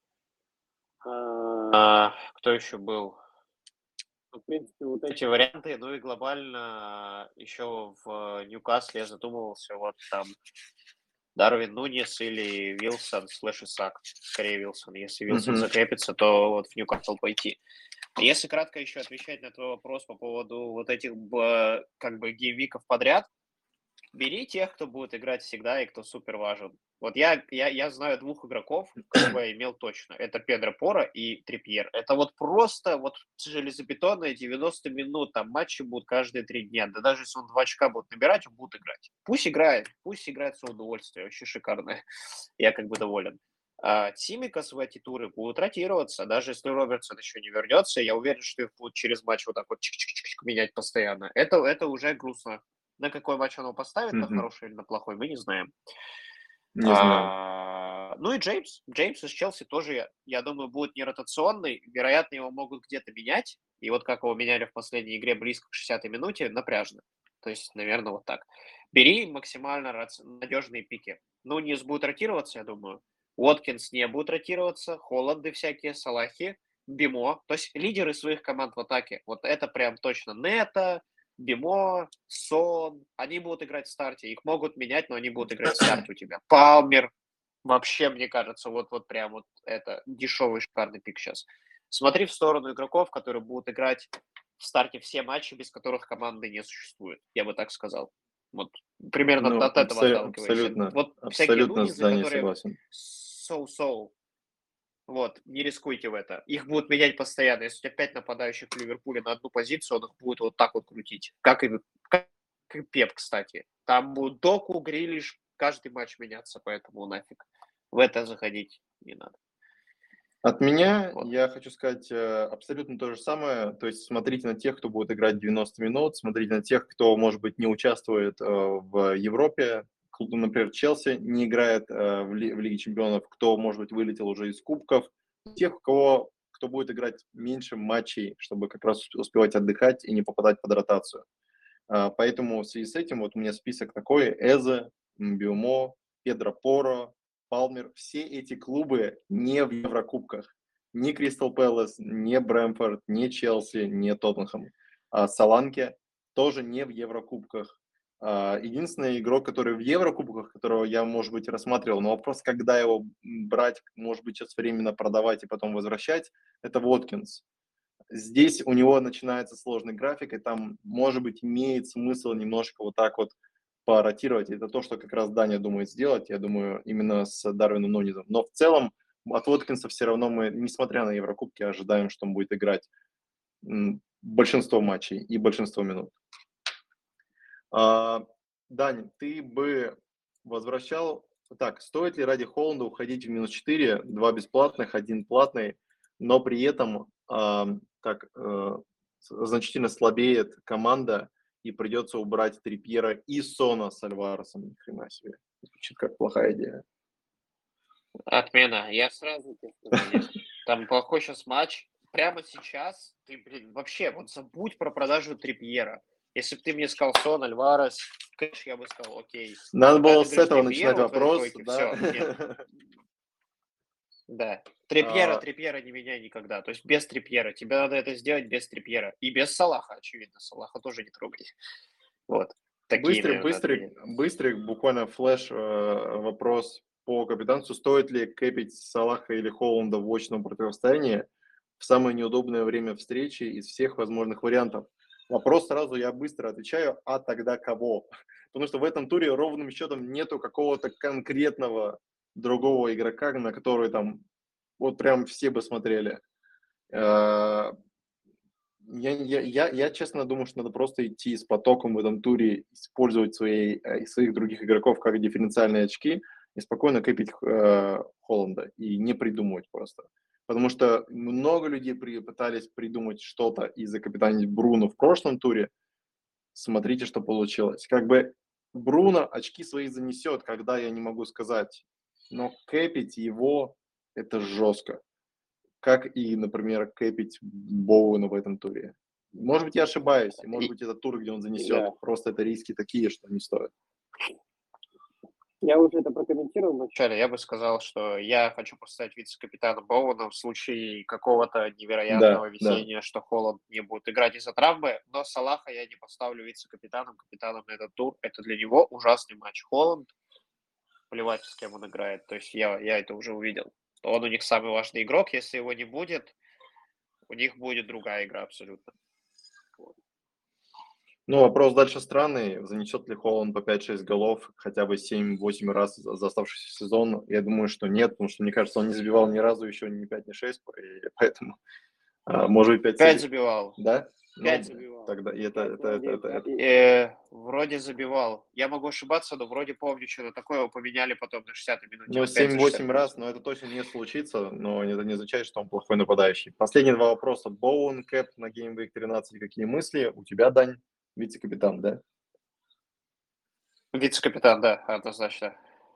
Speaker 2: Кто еще был?
Speaker 3: В принципе, вот
Speaker 2: Эти варианты, ну и глобально еще в Ньюкасле я задумывался, вот там Дарвин Нунес или Вилсон / Исаак. Скорее Вилсон. Если Вилсон закрепится, то вот в Ньюкасл пойти. Если кратко еще отвечать на твой вопрос по поводу вот этих как бы геймвиков подряд, бери тех, кто будет играть всегда и кто супер важен. Вот я знаю 2 игроков, кого я имел точно. Это Педро Поро и Трипьер. Это вот просто вот железобетонные 90 минут. Там матчи будут каждые 3 дня. Да даже если он 2 очка будет набирать, он будет играть. Пусть играет в свое удовольствие. Вообще шикарно. Я как бы доволен. Цимикас в эти туры будут ротироваться. Даже если Робертсон еще не вернется, я уверен, что их будут через матч вот так вот чик-чик-чик менять постоянно. Это уже грустно. На какой матч он его поставит, на хороший или на плохой, мы не знаем.
Speaker 1: Не знаю.
Speaker 2: Ну и Джеймс. Джеймс из Челси тоже, я думаю, будет не ротационный. Вероятно, его могут где-то менять. И вот как его меняли в последней игре близко к 60-й минуте, напряжно. То есть, наверное, вот так. Бери максимально надежные пики. Нунес будет ротироваться, я думаю. Уоткинс не будет ротироваться. Холланды всякие, Салахи, Бимо. То есть лидеры своих команд в атаке. Вот это прям точно. Нета, Бимо, Сон, они будут играть в старте. Их могут менять, но они будут играть в старте у тебя. Палмер, вообще, мне кажется, вот прям вот это дешевый шикарный пик сейчас. Смотри в сторону игроков, которые будут играть в старте все матчи, без которых команды не существует. Я бы так сказал. Вот примерно
Speaker 1: Ну,
Speaker 2: от этого отталкиваюсь.
Speaker 1: абсолютно,
Speaker 2: Вот всякие
Speaker 1: абсолютно с
Speaker 2: Нунизы,
Speaker 1: Даней
Speaker 2: которые
Speaker 1: согласен.
Speaker 2: соу-соу. Вот, не рискуйте в это. Их будут менять постоянно. Если у тебя 5 нападающих в Ливерпуле на одну позицию, он их будет вот так вот крутить. Как и Пеп, кстати. Там будут Доку, Грилиш, каждый матч меняться, поэтому нафиг. В это заходить не надо.
Speaker 1: От меня
Speaker 2: Вот.
Speaker 1: я хочу сказать абсолютно то же самое. То есть смотрите на тех, кто будет играть 90 минут, смотрите на тех, кто, может быть, не участвует в Европе. Например, Челси не играет в Лиге Чемпионов, кто, может быть, вылетел уже из кубков. Тех, кто кто будет играть меньше матчей, чтобы как раз успевать отдыхать и не попадать под ротацию. Поэтому в связи с этим вот у меня список такой: Эзе, Мбиумо, Педро Поро, Палмер. Все эти клубы не в Еврокубках. Ни Кристал Пэлас, ни Брэмфорд, ни Челси, ни Тоттенхэм. Соланке тоже не в Еврокубках. Единственный игрок, который в Еврокубках, которого я, может быть, рассматривал, но вопрос, когда его брать, может быть, сейчас временно продавать и потом возвращать, это Воткинс. Здесь у него начинается сложный график, и там, может быть, имеет смысл немножко вот так вот поротировать. Это то, что как раз Даня думает сделать, я думаю, именно с Дарвином Нунизом. Но в целом от Воткинса все равно мы, несмотря на Еврокубки, ожидаем, что он будет играть большинство матчей и большинство минут. Дань, ты бы возвращал... Так, стоит ли ради Холланда уходить в -4, 2 бесплатных, 1 платный, но при этом значительно слабеет команда и придется убрать Трипьера и Сона с Альваресом? Ни хрена себе. Звучит как плохая идея.
Speaker 2: Отмена. Я сразу тебе скажу, нет. Там плохой сейчас матч. Прямо сейчас ты, блин, вообще вот забудь про продажу Трипьера. Если бы ты мне сказал Сон, Альварес, конечно, я бы сказал, окей.
Speaker 1: Надо
Speaker 2: Когда
Speaker 1: было
Speaker 2: ты
Speaker 1: с
Speaker 2: говоришь
Speaker 1: этого
Speaker 2: Трипьер,
Speaker 1: начинать
Speaker 2: у твоей
Speaker 1: вопрос,
Speaker 2: тройки,
Speaker 1: да?
Speaker 2: все, нет. Да.
Speaker 1: А,
Speaker 2: Трипьера не меняй никогда. То есть без Трипьера. Тебе надо это сделать без Трипьера. И без Салаха, очевидно. Салаха тоже не трогай. Вот. Такие мне уже отмены.
Speaker 1: Быстрый, буквально флеш вопрос по капитанству. Стоит ли кэпить Салаха или Холланда в очном противостоянии в самое неудобное время встречи из всех возможных вариантов? Вопрос сразу я быстро отвечаю, а тогда кого? Потому что в этом туре ровным счетом нету какого-то конкретного другого игрока, на который там вот прям все бы смотрели. Я честно думаю, что надо просто идти с потоком в этом туре, использовать своих других игроков как дифференциальные очки и спокойно кэпить Холланда и не придумывать просто. Потому что много людей пытались придумать что-то и закапитанить Бруно в прошлом туре. Смотрите, что получилось. Как бы Бруно очки свои занесет, когда я не могу сказать, но кэпить его это жестко. Как и, например, кэпить Боуэна в этом туре. Может быть, я ошибаюсь, и может быть, это тур, где он занесет.
Speaker 3: Да.
Speaker 1: Просто это риски такие, что не стоит.
Speaker 3: Я уже это прокомментировал.
Speaker 2: Вначале я бы сказал, что я хочу поставить вице-капитана Боуэна в случае какого-то невероятного
Speaker 1: Да.
Speaker 2: везения, что Холланд не будет играть из-за травмы, но Салаха я не поставлю вице-капитаном, капитаном на этот тур. Это для него ужасный матч. Холланд, плевать, с кем он играет. То есть я это уже увидел. Он у них самый важный игрок. Если его не будет, у них будет другая игра абсолютно.
Speaker 1: Ну, вопрос дальше странный. Занесет ли Холланд по 5-6 голов хотя бы 7-8 раз за оставшийся сезон? Я думаю, что нет, потому что, мне кажется, он не забивал ни разу еще ни 5, ни 6, и поэтому, может быть,
Speaker 2: 5 забивал.
Speaker 1: Да?
Speaker 2: 5 забивал.
Speaker 1: Тогда и
Speaker 2: Вроде забивал. Я могу ошибаться, но вроде помню, что-то такое поменяли потом на 60-й минуте.
Speaker 1: Ну, 7-8 раз, но это точно не случится, но это не означает, что он плохой нападающий. Последние два вопроса. Боуэн, Кэп на Game Week 13. Какие мысли? У тебя, Дань, вице-капитан, да?
Speaker 2: Вице-капитан, да, однозначно.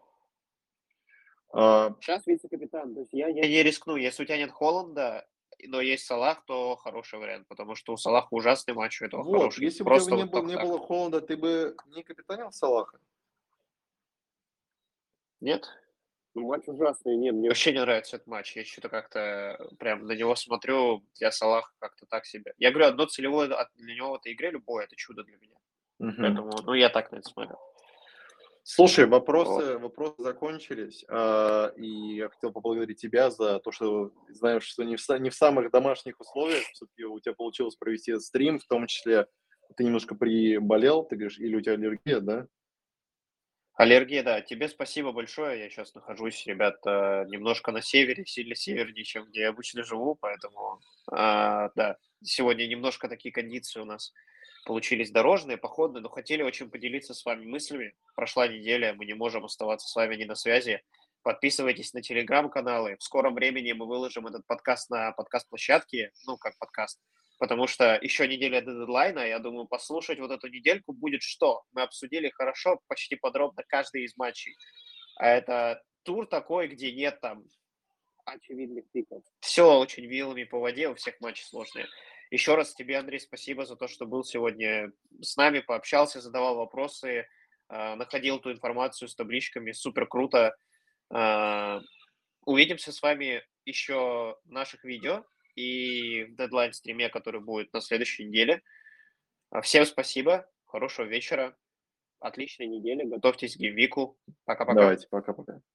Speaker 3: Сейчас вице-капитан. То есть
Speaker 2: Я не рискну. Если у тебя нет Холланда, но есть Салах, то хороший вариант, потому что у Салаха ужасный матч, у этого
Speaker 1: Вот,
Speaker 2: хороший.
Speaker 1: если бы у
Speaker 2: Просто
Speaker 1: тебя
Speaker 2: вот
Speaker 1: не было Холланда, ты бы не капитанил Салаха?
Speaker 2: Нет?
Speaker 3: матч ужасный. Нет, мне
Speaker 2: Вообще не нравится этот матч. Я что-то как-то прям на него смотрю, для Салаха как-то так себе. Я говорю, одно целевое для него в этой игре любое, это чудо для меня. Поэтому, я так на это смотрю.
Speaker 1: Слушай, вопросы закончились, и я хотел поблагодарить тебя за то, что знаешь, что не в самых домашних условиях все-таки у тебя получилось провести этот стрим, в том числе ты немножко приболел, ты говоришь, или у тебя аллергия, да?
Speaker 2: Аллергия, да. Тебе спасибо большое. Я сейчас нахожусь, ребят, немножко на севере, сильно севернее, чем где я обычно живу, поэтому, да, сегодня немножко такие кондиции у нас получились дорожные, походные, но хотели очень поделиться с вами мыслями. Прошла неделя, мы не можем оставаться с вами не на связи. Подписывайтесь на телеграм-каналы. В скором времени мы выложим этот подкаст на подкаст-площадке, как подкаст, потому что еще неделя до дедлайна. Я думаю, послушать вот эту недельку будет что? Мы обсудили хорошо, почти подробно каждый из матчей. А это тур такой, где нет там
Speaker 3: очевидных пиков.
Speaker 2: Все очень вилами по воде, у всех матчи сложные. Еще раз тебе, Андрей, спасибо за то, что был сегодня с нами, пообщался, задавал вопросы, находил ту информацию с табличками. Супер круто. Увидимся с вами еще в наших видео и в дедлайн-стриме, который будет на следующей неделе. Всем спасибо, хорошего вечера, отличной недели, готовьтесь к геймвику. Пока-пока.
Speaker 1: Давайте, пока-пока.